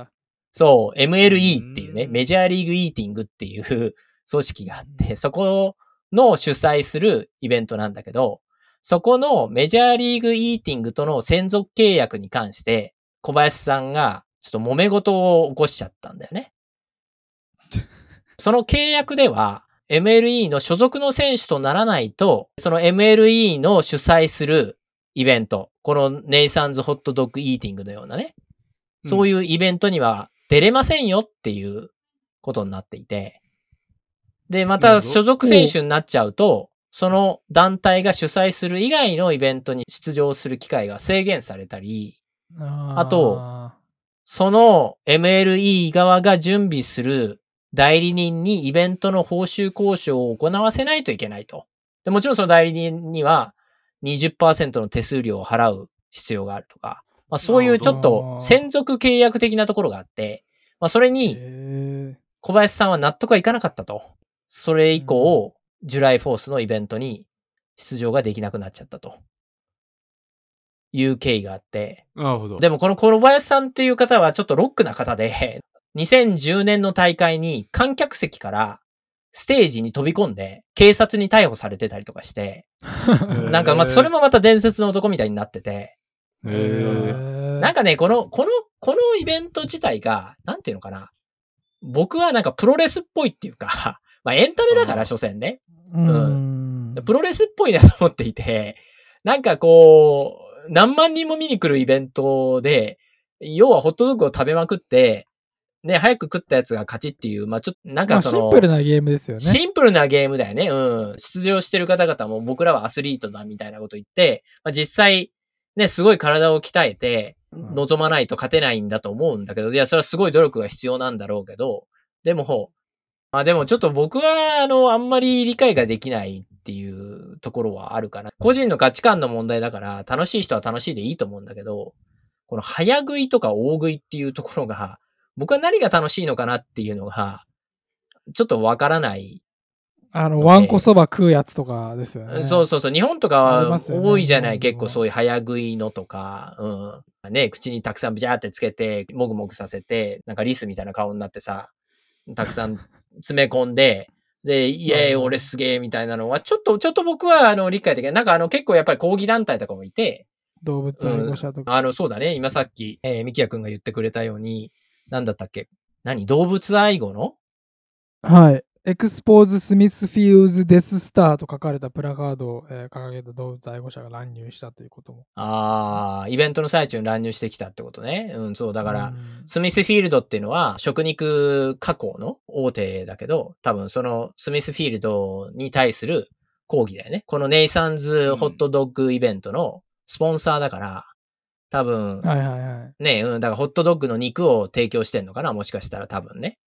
そう、エムエルイー っていうね、メジャーリーグイーティングっていう組織があって、そこの主催するイベントなんだけど、そこのメジャーリーグイーティングとの専属契約に関して、小林さんがちょっと揉め事を起こしちゃったんだよね。その契約では、エムエルイー の所属の選手とならないと、その エムエルイー の主催するイベント、このネイサンズホットドッグイーティングのようなね、そういうイベントには出れませんよっていうことになっていて、で、また所属選手になっちゃうと、その団体が主催する以外のイベントに出場する機会が制限されたり、あと、その エムエルイー 側が準備する代理人にイベントの報酬交渉を行わせないといけないと。でもちろんその代理人には にじゅっパーセント の手数料を払う必要があるとか、まあ、そういうちょっと専属契約的なところがあって、まあ、それに小林さんは納得はいかなかったと。それ以降、ジュライフォースのイベントに出場ができなくなっちゃったという経緯があって、 なるほど。 でもこの小林さんっていう方はちょっとロックな方で、にせんじゅうねんの大会に観客席からステージに飛び込んで警察に逮捕されてたりとかして、なんかまあそれもまた伝説の男みたいになってて、なんかね、この、この、このイベント自体が、なんていうのかな。僕はなんかプロレスっぽいっていうか、まあエンタメだから所詮ね。うん。プロレスっぽいなと思っていて、なんかこう、何万人も見に来るイベントで、要はホットドッグを食べまくって、ね、早く食ったやつが勝ちっていう、まあちょっと、なんかその、 まあ、シンプルなゲームですよね。 シンプルなゲームだよね。うん。出場してる方々も僕らはアスリートだみたいなこと言って、まあ実際、ね、すごい体を鍛えて、望まないと勝てないんだと思うんだけど、いや、それはすごい努力が必要なんだろうけど、でも、まあでもちょっと僕は、あの、あんまり理解ができないっていうところはあるかな。個人の価値観の問題だから、楽しい人は楽しいでいいと思うんだけど、この早食いとか大食いっていうところが、僕は何が楽しいのかなっていうのが、ちょっとわからない。 あの、わんこそば食うやつとかですよね。 そうそうそう。日本とかは多いじゃない、ね、結構そういう早食いのとか、うん。ね、口にたくさんブジャーってつけて、もぐもぐさせて、なんかリスみたいな顔になってさ、たくさん詰め込んで、で、イエーイ、俺すげーみたいなのは、ちょっと、ちょっと僕はあの理解できない。なんかあの結構やっぱり抗議団体とかもいて、 動物愛護者とか。 うん、あの、そうだね。今さっき、えー、ミキヤくんが言ってくれたように、なんだったっけ？何？動物愛護の？ はい。エクスポーズ・スミスフィールズ・デス・スターと書かれたプラカードを、えー、掲げた動物愛護者が乱入したということも。 ああ、イベントの最中に乱入してきたってことね。うん、そう。だから、スミスフィールドっていうのは食肉加工の大手だけど、多分そのスミスフィールドに対する抗議だよね。このネイサンズホットドッグイベントのスポンサーだから、多分、 はいはいはい。 ね、うん、だからホットドッグの肉を提供してんのかな、もしかしたら多分ね。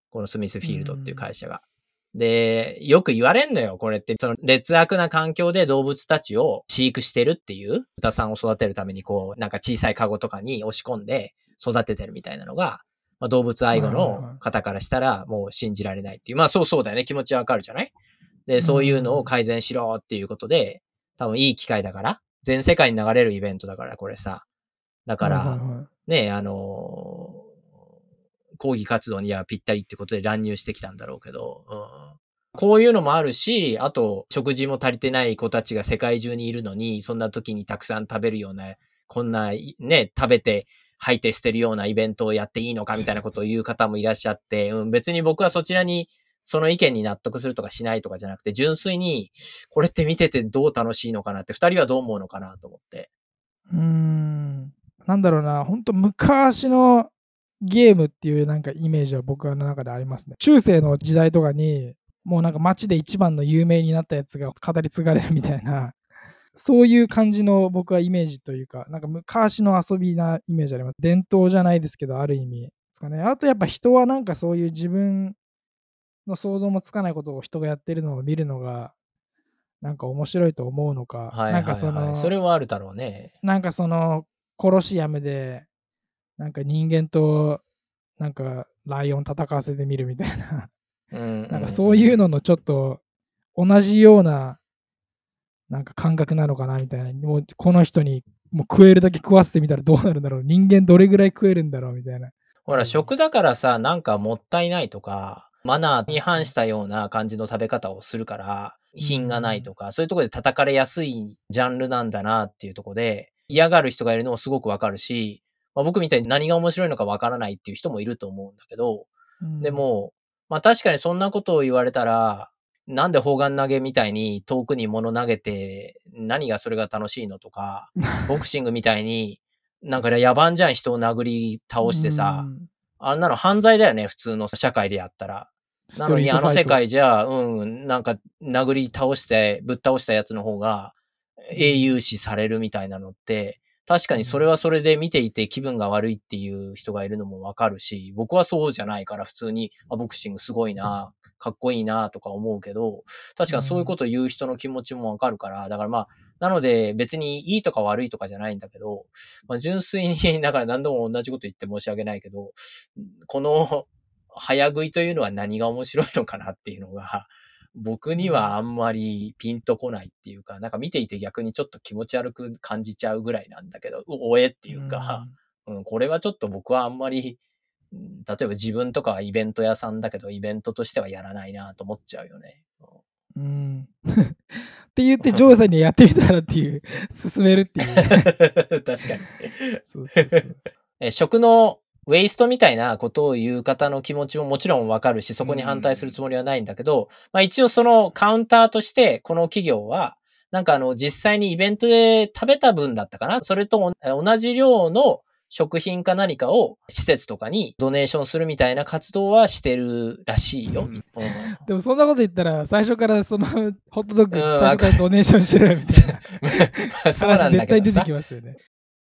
このスミスフィールドっていう会社が。で、よく言われんのよ、これって。その劣悪な環境で動物たちを飼育してるっていう、豚さんを育てるためにこう、なんか小さいカゴとかに押し込んで育ててるみたいなのが、まあ、動物愛護の方からしたらもう信じられないっていう。まあそうそうだよね。気持ちわかるじゃない？で、そういうのを改善しろっていうことで、多分いい機会だから、全世界に流れるイベントだから、これさ。だから、ね、あのー、抗議活動にはぴったりってことで乱入してきたんだろうけど、うん、こういうのもあるし、あと、食事も足りてない子たちが世界中にいるのに、そんな時にたくさん食べるような、こんなね、食べて吐いて捨てるようなイベントをやっていいのかみたいなことを言う方もいらっしゃって、うん、別に僕はそちらにその意見に納得するとかしないとかじゃなくて、純粋にこれって見ててどう楽しいのかなって、二人はどう思うのかなと思って。 うーん、なんだろうな、本当昔のゲームっていうなんかイメージは僕の中でありますね。中世の時代とかにもうなんか街で一番の有名になったやつが語り継がれるみたいな、そういう感じの僕はイメージというか、なんか昔の遊びなイメージあります。伝統じゃないですけど、ある意味ですかね。あとやっぱ人はなんかそういう自分の想像もつかないことを人がやってるのを見るのがなんか面白いと思うのか、 はいはいはい、 なんかそのそれはあるだろうね。 なんかそのコロシアムでなんか人間となんかライオン戦わせてみるみたいな、 うんうんうん、 なんかそういうののちょっと同じようななんか感覚なのかなみたいな、もうこの人にもう食えるだけ食わせてみたらどうなるんだろう、人間どれぐらい食えるんだろうみたいな。 ほら、食だからさ、なんかもったいないとか、マナーに反したような感じの食べ方をするから、品がないとか、うん、そういうところで叩かれやすいジャンルなんだなっていうところで、嫌がる人がいるのもすごくわかるし、まあ、僕みたいに何が面白いのかわからないっていう人もいると思うんだけど、うん、でも、まあ確かにそんなことを言われたら、なんで砲丸投げみたいに遠くに物投げて、何がそれが楽しいのとか、ボクシングみたいに、なんか野蛮じゃん、人を殴り倒してさ、あんなの犯罪だよね、普通の社会でやったら。なのにあの世界じゃ、うん、なんか殴り倒して、ぶっ倒したやつの方が英雄視されるみたいなのって、確かにそれはそれで見ていて気分が悪いっていう人がいるのもわかるし、僕はそうじゃないから普通に、あ、ボクシングすごいな、かっこいいなとか思うけど、確かにそういうことを言う人の気持ちもわかるから、だからまあ、なので別にいいとか悪いとかじゃないんだけど、まあ、純粋に、だから何度も同じこと言って申し訳ないけど、この早食いというのは何が面白いのかなっていうのが、僕にはあんまりピンとこないっていうか、なんか見ていて逆にちょっと気持ち悪く感じちゃうぐらいなんだけど、おえっていうか、うん、うん、これはちょっと僕はあんまり、例えば自分とかはイベント屋さんだけど、イベントとしてはやらないなと思っちゃうよね。 うん。って言って、ジョーさんにやってみたらっていう、進めるっていう。 確かに。 そうそうそう。 え、食のウェイストみたいなことを言う方の気持ちももちろんわかるし、そこに反対するつもりはないんだけど、まあ一応そのカウンターとして、この企業は、なんかあの、実際にイベントで食べた分だったかな？それと同じ量の食品か何かを施設とかにドネーションするみたいな活動はしてるらしいよ。うん、 でもそんなこと言ったら最初からそのホットドッグ最初からドネーションしてるみたいな話絶対出てきますよね。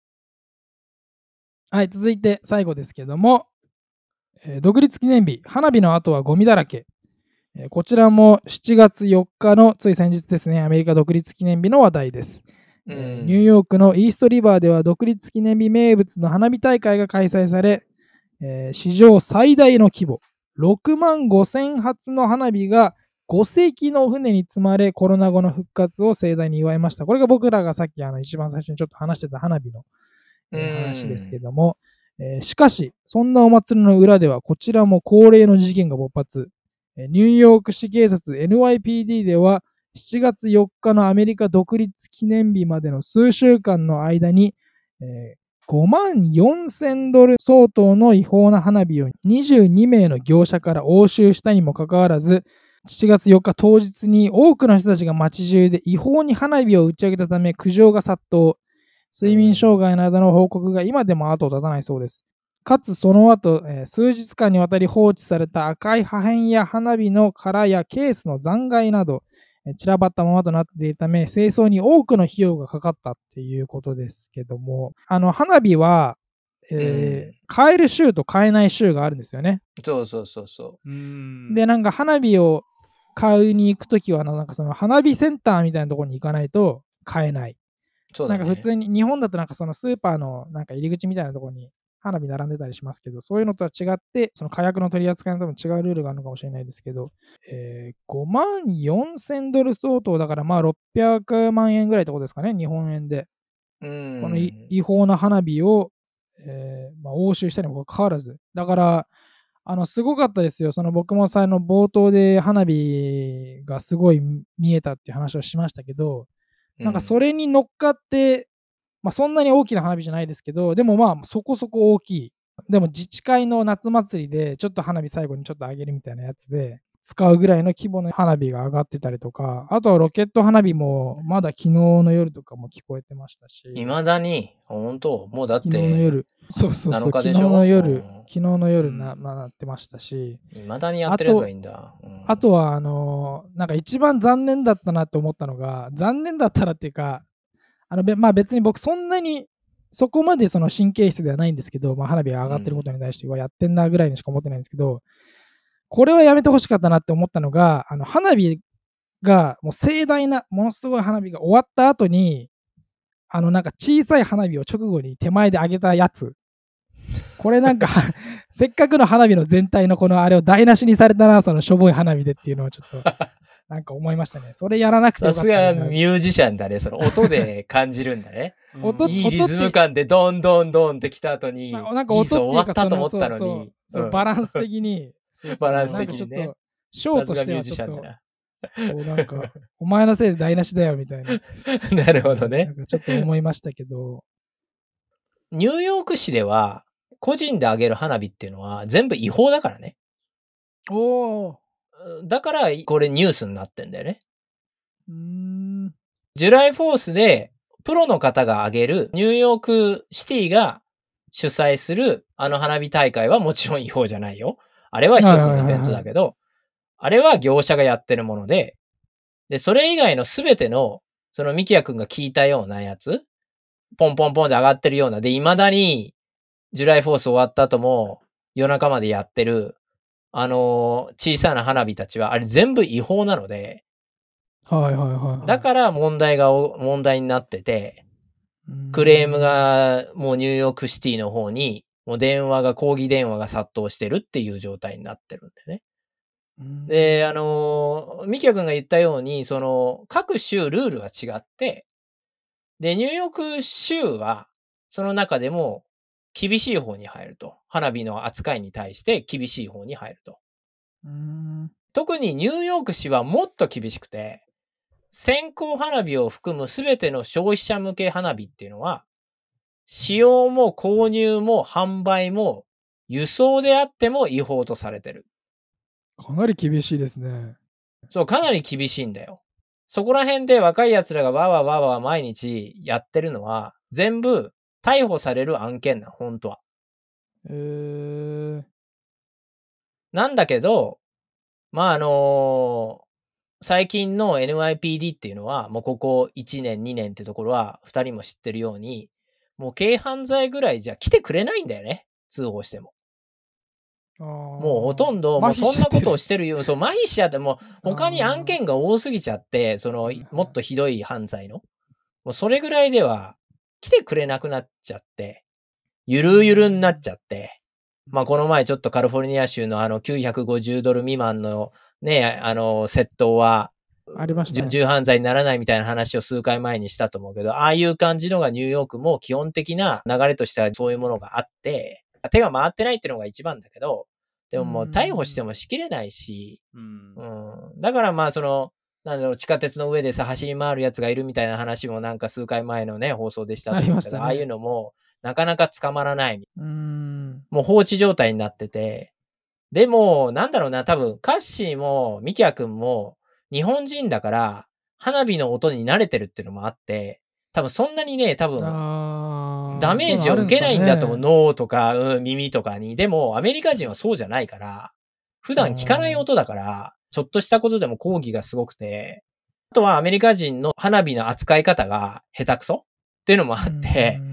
はい、続いて最後ですけども、えー、独立記念日、花火の後はゴミだらけ。えー、こちらもしちがつよっかのつい先日ですね、アメリカ独立記念日の話題です。えー、ニューヨークのイーストリバーでは独立記念日名物の花火大会が開催され、えー、史上最大の規模、ろくまんごせんはつの花火がごせきの船に積まれ、コロナ後の復活を盛大に祝いました。これが僕らがさっきあの一番最初にちょっと話してた花火の話ですけども、えー、しかし、そんなお祭りの裏ではこちらも恒例の事件が勃発。ニューヨーク市警察 エヌワイピーディー ではしちがつよっかのアメリカ独立記念日までの数週間の間に、えー、ごまんよんせんドル相当の違法な花火をにじゅうにめいの業者から押収したにもかかわらず、しちがつよっか当日に多くの人たちが街中で違法に花火を打ち上げたため苦情が殺到。睡眠障害などの報告が今でも後を絶たないそうです。かつその後、えー、数日間にわたり放置された赤い破片や花火の殻やケースの残骸など、えー、散らばったままとなっているため、清掃に多くの費用がかかったっていうことですけども、あの花火は、 えー、買える州と買えない州があるんですよね。 そうそうそうそう。 で、なんか花火を買いに行くときは、なんかその花火センターみたいなところに行かないと買えない。 そうだね、 なんか普通に、日本だとなんかそのスーパーのなんか入り口みたいなところに花火並んでたりしますけど、そういうのとは違って、その火薬の取り扱いの多分違うルールがあるのかもしれないですけど、えー、ごまんよんせんドル相当だから、まあろっぴゃくまんえんぐらいってことですかね、日本円で。 うんこの違法な花火を、えーまあ、押収したにもかかわらず。だから、あのすごかったですよ。その僕もさ、の冒頭で花火がすごい見えたっていう話をしましたけど、なんかそれに乗っかって、まあ、そんなに大きな花火じゃないですけど、でもまあそこそこ大きい。でも自治会の夏祭りでちょっと花火最後にちょっと上げるみたいなやつで使うぐらいの規模の花火が上がってたりとか、あとはロケット花火もまだ昨日の夜とかも聞こえてましたし。 いまだに本当もうだって昨日の夜、そうそうそう、昨日の夜、昨日の夜な、まあ、なってましたし。 いまだにやってるやつがいいんだ。 うん、あとはあのー、なんか一番残念だったなって思ったのが、残念だったらっていうか、あのまあ、別に僕そんなにそこまでその神経質ではないんですけど、まあ、花火が上がってることに対してはやってんなぐらいにしか思ってないんですけど、これはやめてほしかったなって思ったのが、あの花火がもう盛大なものすごい花火が終わった後に、あのなんか小さい花火を直後に手前で上げたやつ、これなんかせっかくの花火の全体のこのあれを台無しにされたな、そのしょぼい花火でっていうのをちょっとなんか思いましたね。それやらなくてよかった。 さすがミュージシャンだね。その音で感じるんだね。音いいリズム感でドンドンドンってきた後に、 なんか音っていうか、 終わったと思ったのに、 そうそうバランス的に、 バランス的にね。 ショーとしてはちょっと、そうなんかお前のせいで台無しだよみたいな。 なるほどね。 なんかちょっと思いましたけど。 ニューヨーク市では個人で上げる花火っていうのは全部違法だからね。 おー。 だからこれニュースになってんだよね。 うーん。 ジュライフォースでプロの方が上げるニューヨークシティが主催するあの花火大会はもちろん違法じゃないよ。あれは一つのイベントだけど、あれは業者がやってるもので、で、それ以外のすべての、そのミキヤ君が聞いたようなやつ、ポンポンポンで上がってるような、で、未だにジュライフォース終わった後も夜中までやってる、あのー、小さな花火たちは、あれ全部違法なので、 はいはいはい、はい。 だから問題が、問題になってて、クレームがもうニューヨークシティの方に、もう電話が、抗議電話が殺到してるっていう状態になってるんでね。で、あのー、ミキヤ君が言ったように、その、各州ルールは違って、で、ニューヨーク州は、その中でも厳しい方に入ると。花火の扱いに対して厳しい方に入ると。 うーん特にニューヨーク市はもっと厳しくて、線香花火を含むすべての消費者向け花火っていうのは、使用も購入も販売も輸送であっても違法とされてる。 かなり厳しいですね。 そう、かなり厳しいんだよ。そこら辺で若い奴らがわわわわ毎日やってるのは、全部逮捕される案件な、本当は。 えー、 なんだけど、まああのー、最近の エヌワイピーディー っていうのは、もうここいちねんにねんってところはふたりも知ってるように、もう軽犯罪ぐらいじゃ来てくれないんだよね、通報しても。もうほとんど、もうそんなことをしてるよ。そう、麻痺しちゃって、もう他に案件が多すぎちゃって、その、もっとひどい犯罪の。もうそれぐらいでは来てくれなくなっちゃって、ゆるゆるになっちゃって、まあこの前ちょっとカリフォルニア州のあのきゅうひゃくごじゅうドル未満のね、あの、窃盗は、 ありましたね。 重犯罪にならないみたいな話を数回前にしたと思うけど、ああいう感じのがニューヨークも基本的な流れとしてはそういうものがあって、手が回ってないっていうのが一番だけど、でももう逮捕してもしきれないし、うん、うん、だからまあその、なんだろう、地下鉄の上でさ、走り回るやつがいるみたいな話もなんか数回前のね、放送でしたと思うけど、あ, ね、ああいうのもなかなか捕まらない。 うーんもう放置状態になってて、でも、なんだろうな、多分、カッシーもミキヤ君も日本人だから、花火の音に慣れてるっていうのもあって、多分そんなにね、多分、ダメージを受けないんだと思う。脳とか、うん、耳とかに。でも、アメリカ人はそうじゃないから、普段聞かない音だから、ちょっとしたことでも抗議がすごくて、あとはアメリカ人の花火の扱い方が下手くそっていうのもあって、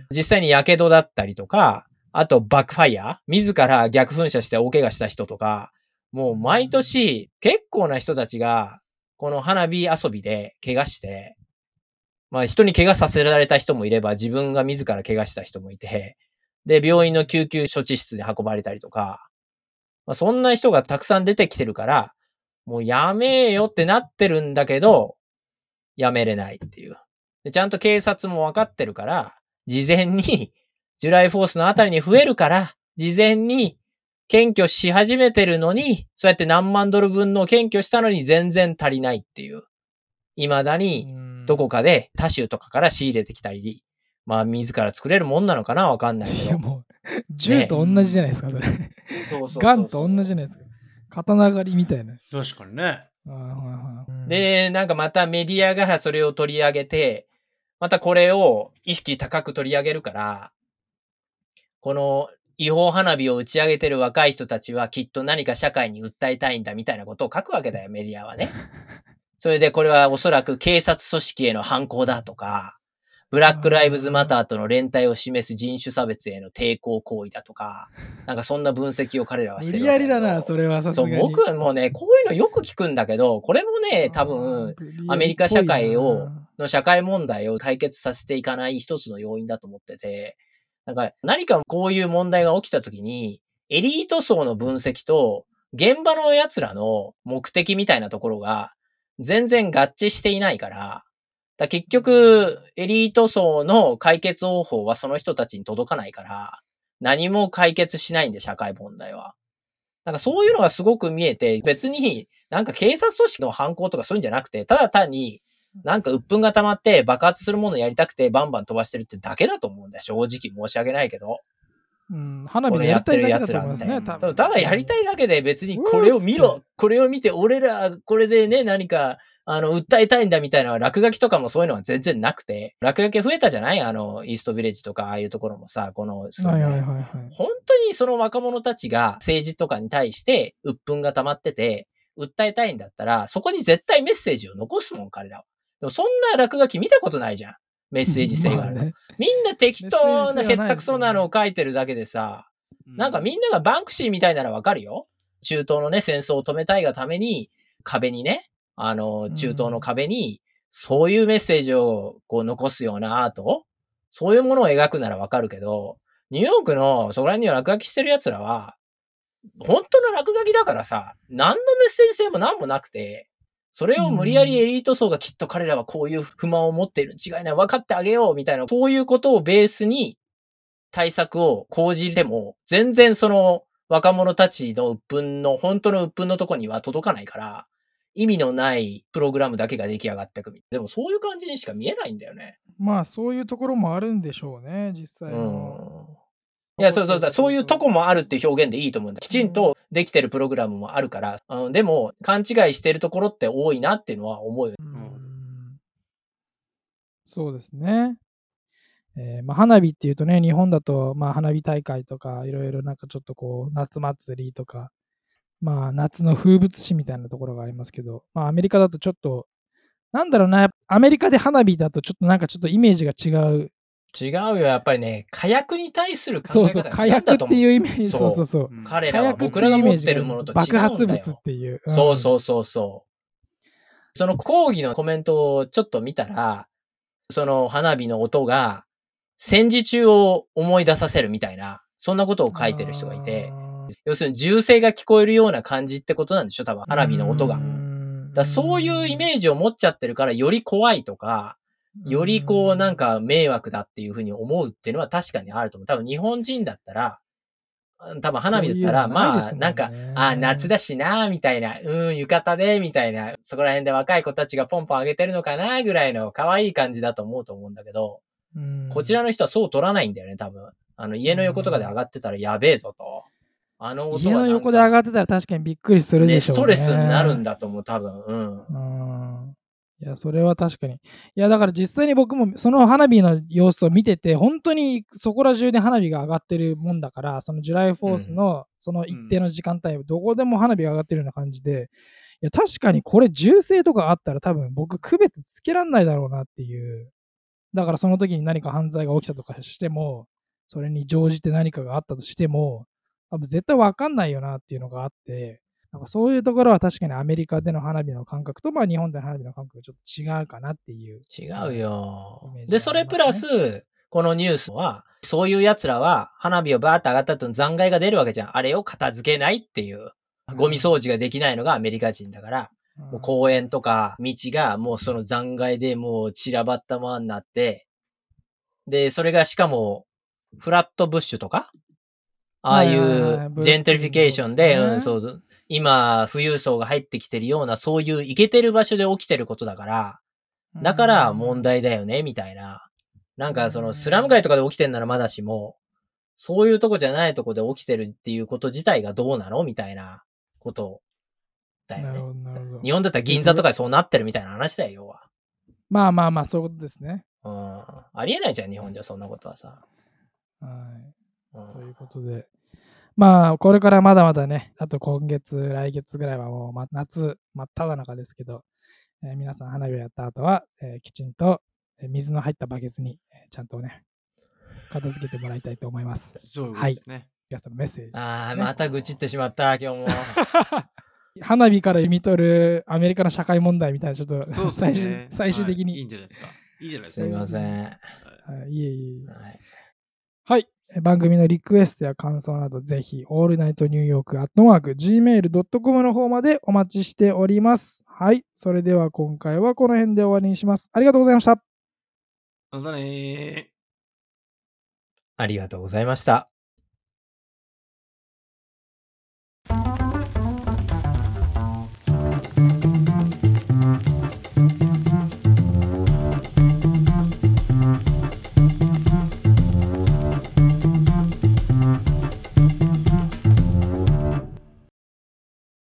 実際に火傷だったりとか、あとバックファイヤー、自ら逆噴射して大怪我した人とか、もう毎年結構な人たちが、この花火遊びで怪我して、まあ人に怪我させられた人もいれば、自分が自ら怪我した人もいて、で、病院の救急処置室に運ばれたりとか、まあ、そんな人がたくさん出てきてるから、もうやめよってなってるんだけど、やめれないっていう。で、ちゃんと警察も分かってるから、事前に、ジュライフォースのあたりに増えるから、事前に検挙し始めてるのに、そうやって何万ドル分の検挙したのに全然足りないっていう。未だに、どこかで他州とかから仕入れてきたり、まあ自ら作れるもんなのかなわかんないけど。 いやもう、銃と同じじゃないですか、それ。 そうそうそうそう。 ガンと同じじゃないですか。刀狩りみたいな。 確かにね。 で、なんかまたメディアがそれを取り上げて、またこれを意識高く取り上げるから、この違法花火を打ち上げてる若い人たちはきっと何か社会に訴えたいんだみたいなことを書くわけだよ、メディアはね。それでこれはおそらく警察組織への反抗だとか、ブラックライブズマターとの連帯を示す人種差別への抵抗行為だとか、なんかそんな分析を彼らはしてるわけだけど。 無理やりだな、それはさすがに。 そう、僕はもうね、こういうのよく聞くんだけど、これもね、多分、アメリカ社会を、の社会問題を解決させていかない一つの要因だと思ってて、なんか何かこういう問題が起きたときに、エリート層の分析と、現場の奴らの目的みたいなところが、全然合致していないから、だ結局、エリート層の解決方法はその人たちに届かないから、何も解決しないんで、社会問題は。なんかそういうのがすごく見えて、別になんか警察組織の犯行とかそういうんじゃなくて、ただ単になんか鬱憤が溜まって爆発するものやりたくてバンバン飛ばしてるってだけだと思うんだよ。正直申し訳ないけど。 うん、花火でやりたいだけだと思いますね。 ただやりたいだけで別にこれを見ろ、これを見て俺らこれでね、何かあの、訴えたいんだみたいな落書きとかもそういうのは全然なくて、落書き増えたじゃないあの、イーストビレッジとかああいうところもさ、この、はいはいはいはい、 本当にその若者たちが政治とかに対して鬱憤が溜まってて、訴えたいんだったら、そこに絶対メッセージを残すもん、彼らは。でもそんな落書き見たことないじゃん。メッセージ性があるの。ね、みんな適当なへったくそなのを書いてるだけでさ、なんかみんながバンクシーみたいならわかるよ。中東のね、戦争を止めたいがために、壁にね、あの、中東の壁に、そういうメッセージをこう残すようなアート、そういうものを描くならわかるけど、ニューヨークのそこら辺に落書きしてる奴らは、本当の落書きだからさ、何のメッセージ性も何もなくて、それを無理やりエリート層がきっと彼らはこういう不満を持っているに違いない、分かってあげようみたいな、そういうことをベースに対策を講じても、全然その若者たちの鬱憤の、本当の鬱憤のとこには届かないから、意味のないプログラムだけが出来上がっていく。でもそういう感じにしか見えないんだよね。 まあそういうところもあるんでしょうね、実際の。 うん、いや、そうそうそう、そういうとこもあるって表現でいいと思うんだ。きちんとできてるプログラムもあるから、うん、でも勘違いしてるところって多いなっていうのは思うよ。 うん、そうですね。えーまあ、花火っていうとね、日本だとまあ花火大会とかいろいろなんかちょっとこう夏祭りとか、まあ夏の風物詩みたいなところがありますけど、まあアメリカだとちょっと、なんだろうな、アメリカで花火だとちょっとなんかちょっとイメージが違う。 違うよ、やっぱりね、火薬に対する考え方そうそう、火薬っていうイメージ、そうそうそう。 彼らは僕らが持ってるものと違うんだよ。 爆発物っていう、 うん。そうそうそうそう。その抗議のコメントをちょっと見たら、その花火の音が戦時中を思い出させるみたいな、そんなことを書いてる人がいて、要するに銃声が聞こえるような感じってことなんでしょ、多分花火の音が。だそういうイメージを持っちゃってるから、より怖いとか、よりこうなんか迷惑だっていうふうに思うっていうのは確かにあると思う。多分日本人だったら、多分花火だったら、まあ、なんか、あ、夏だしな、みたいな、うん、浴衣で、みたいな、そこら辺で若い子たちがポンポン上げてるのかな、ぐらいの可愛い感じだと思うと思うんだけど、こちらの人はそう取らないんだよね、多分。あの、家の横とかで上がってたらやべえぞと。あの音は家の横で上がってたら確かにびっくりするでしょうね。 ね、ストレスになるんだと思う、多分。うん。 うんいや、それは確かに。いや、だから実際に僕もその花火の様子を見てて、本当にそこら中で花火が上がってるもんだから、そのジュライフォースのその一定の時間帯、うん、どこでも花火が上がってるような感じで、いや、確かにこれ銃声とかあったら多分僕区別つけらんないだろうなっていう。 だからその時に何か犯罪が起きたとかしても、それに乗じて何かがあったとしても、多分絶対わかんないよなっていうのがあって、なんかそういうところは確かにアメリカでの花火の感覚と、まあ日本での花火の感覚がちょっと違うかなっていう。 違うよ。 イメージがありますねで、それプラス、このニュースは、そういう奴らは花火をバーって上がった後に残骸が出るわけじゃん。あれを片付けないっていう。ゴミ掃除ができないのがアメリカ人だから、 うんもう公園とか道がもうその残骸でもう散らばったままになって、で、それがしかも、フラットブッシュとかああいはいはいはいうジェントリフィケーションで、 ブルックリンのうん、 そうですそう、今、富裕層が入ってきてるような、そういうイケてる場所で起きてることだから、だから問題だよね、みたいな。なんかそのスラム街とかで起きてんならまだしも、そういうとこじゃないとこで起きてるっていうこと自体がどうなのみたいなことだよなるほね。 ど、なるほど。 日本だったら銀座とかでそうなってるみたいな話だよ、要は。 まあまあまあ、そういうことですね。 うん。ありえないじゃん、日本じゃそんなことはさ。 はい。 うんということで、まあ、これからまだまだね、あと今月、来月ぐらいはもう、ま、夏真っ只中ですけど、えー皆さん花火をやった後は、えーきちんとえー水の入ったバケツに、えーちゃんとね、片付けてもらいたいと思います。 そういうことですね。 キャストのメッセージ。 ああ、 ねまた愚痴ってしまった、今日も。 花火から読み取るアメリカの社会問題みたいな、ちょっとそうです最終ね。 最終的に、 はいいいんじゃないですか。いいじゃないですすか。 いません。 はい、いえいえ。 はいはい。え番組のリクエストや感想などぜひ、オールナイトニューヨークアットマーク ジーメールドットコム の方までお待ちしております。はい。それでは今回はこの辺で終わりにします。ありがとうございました。 なんだねー。 ありがとうございました。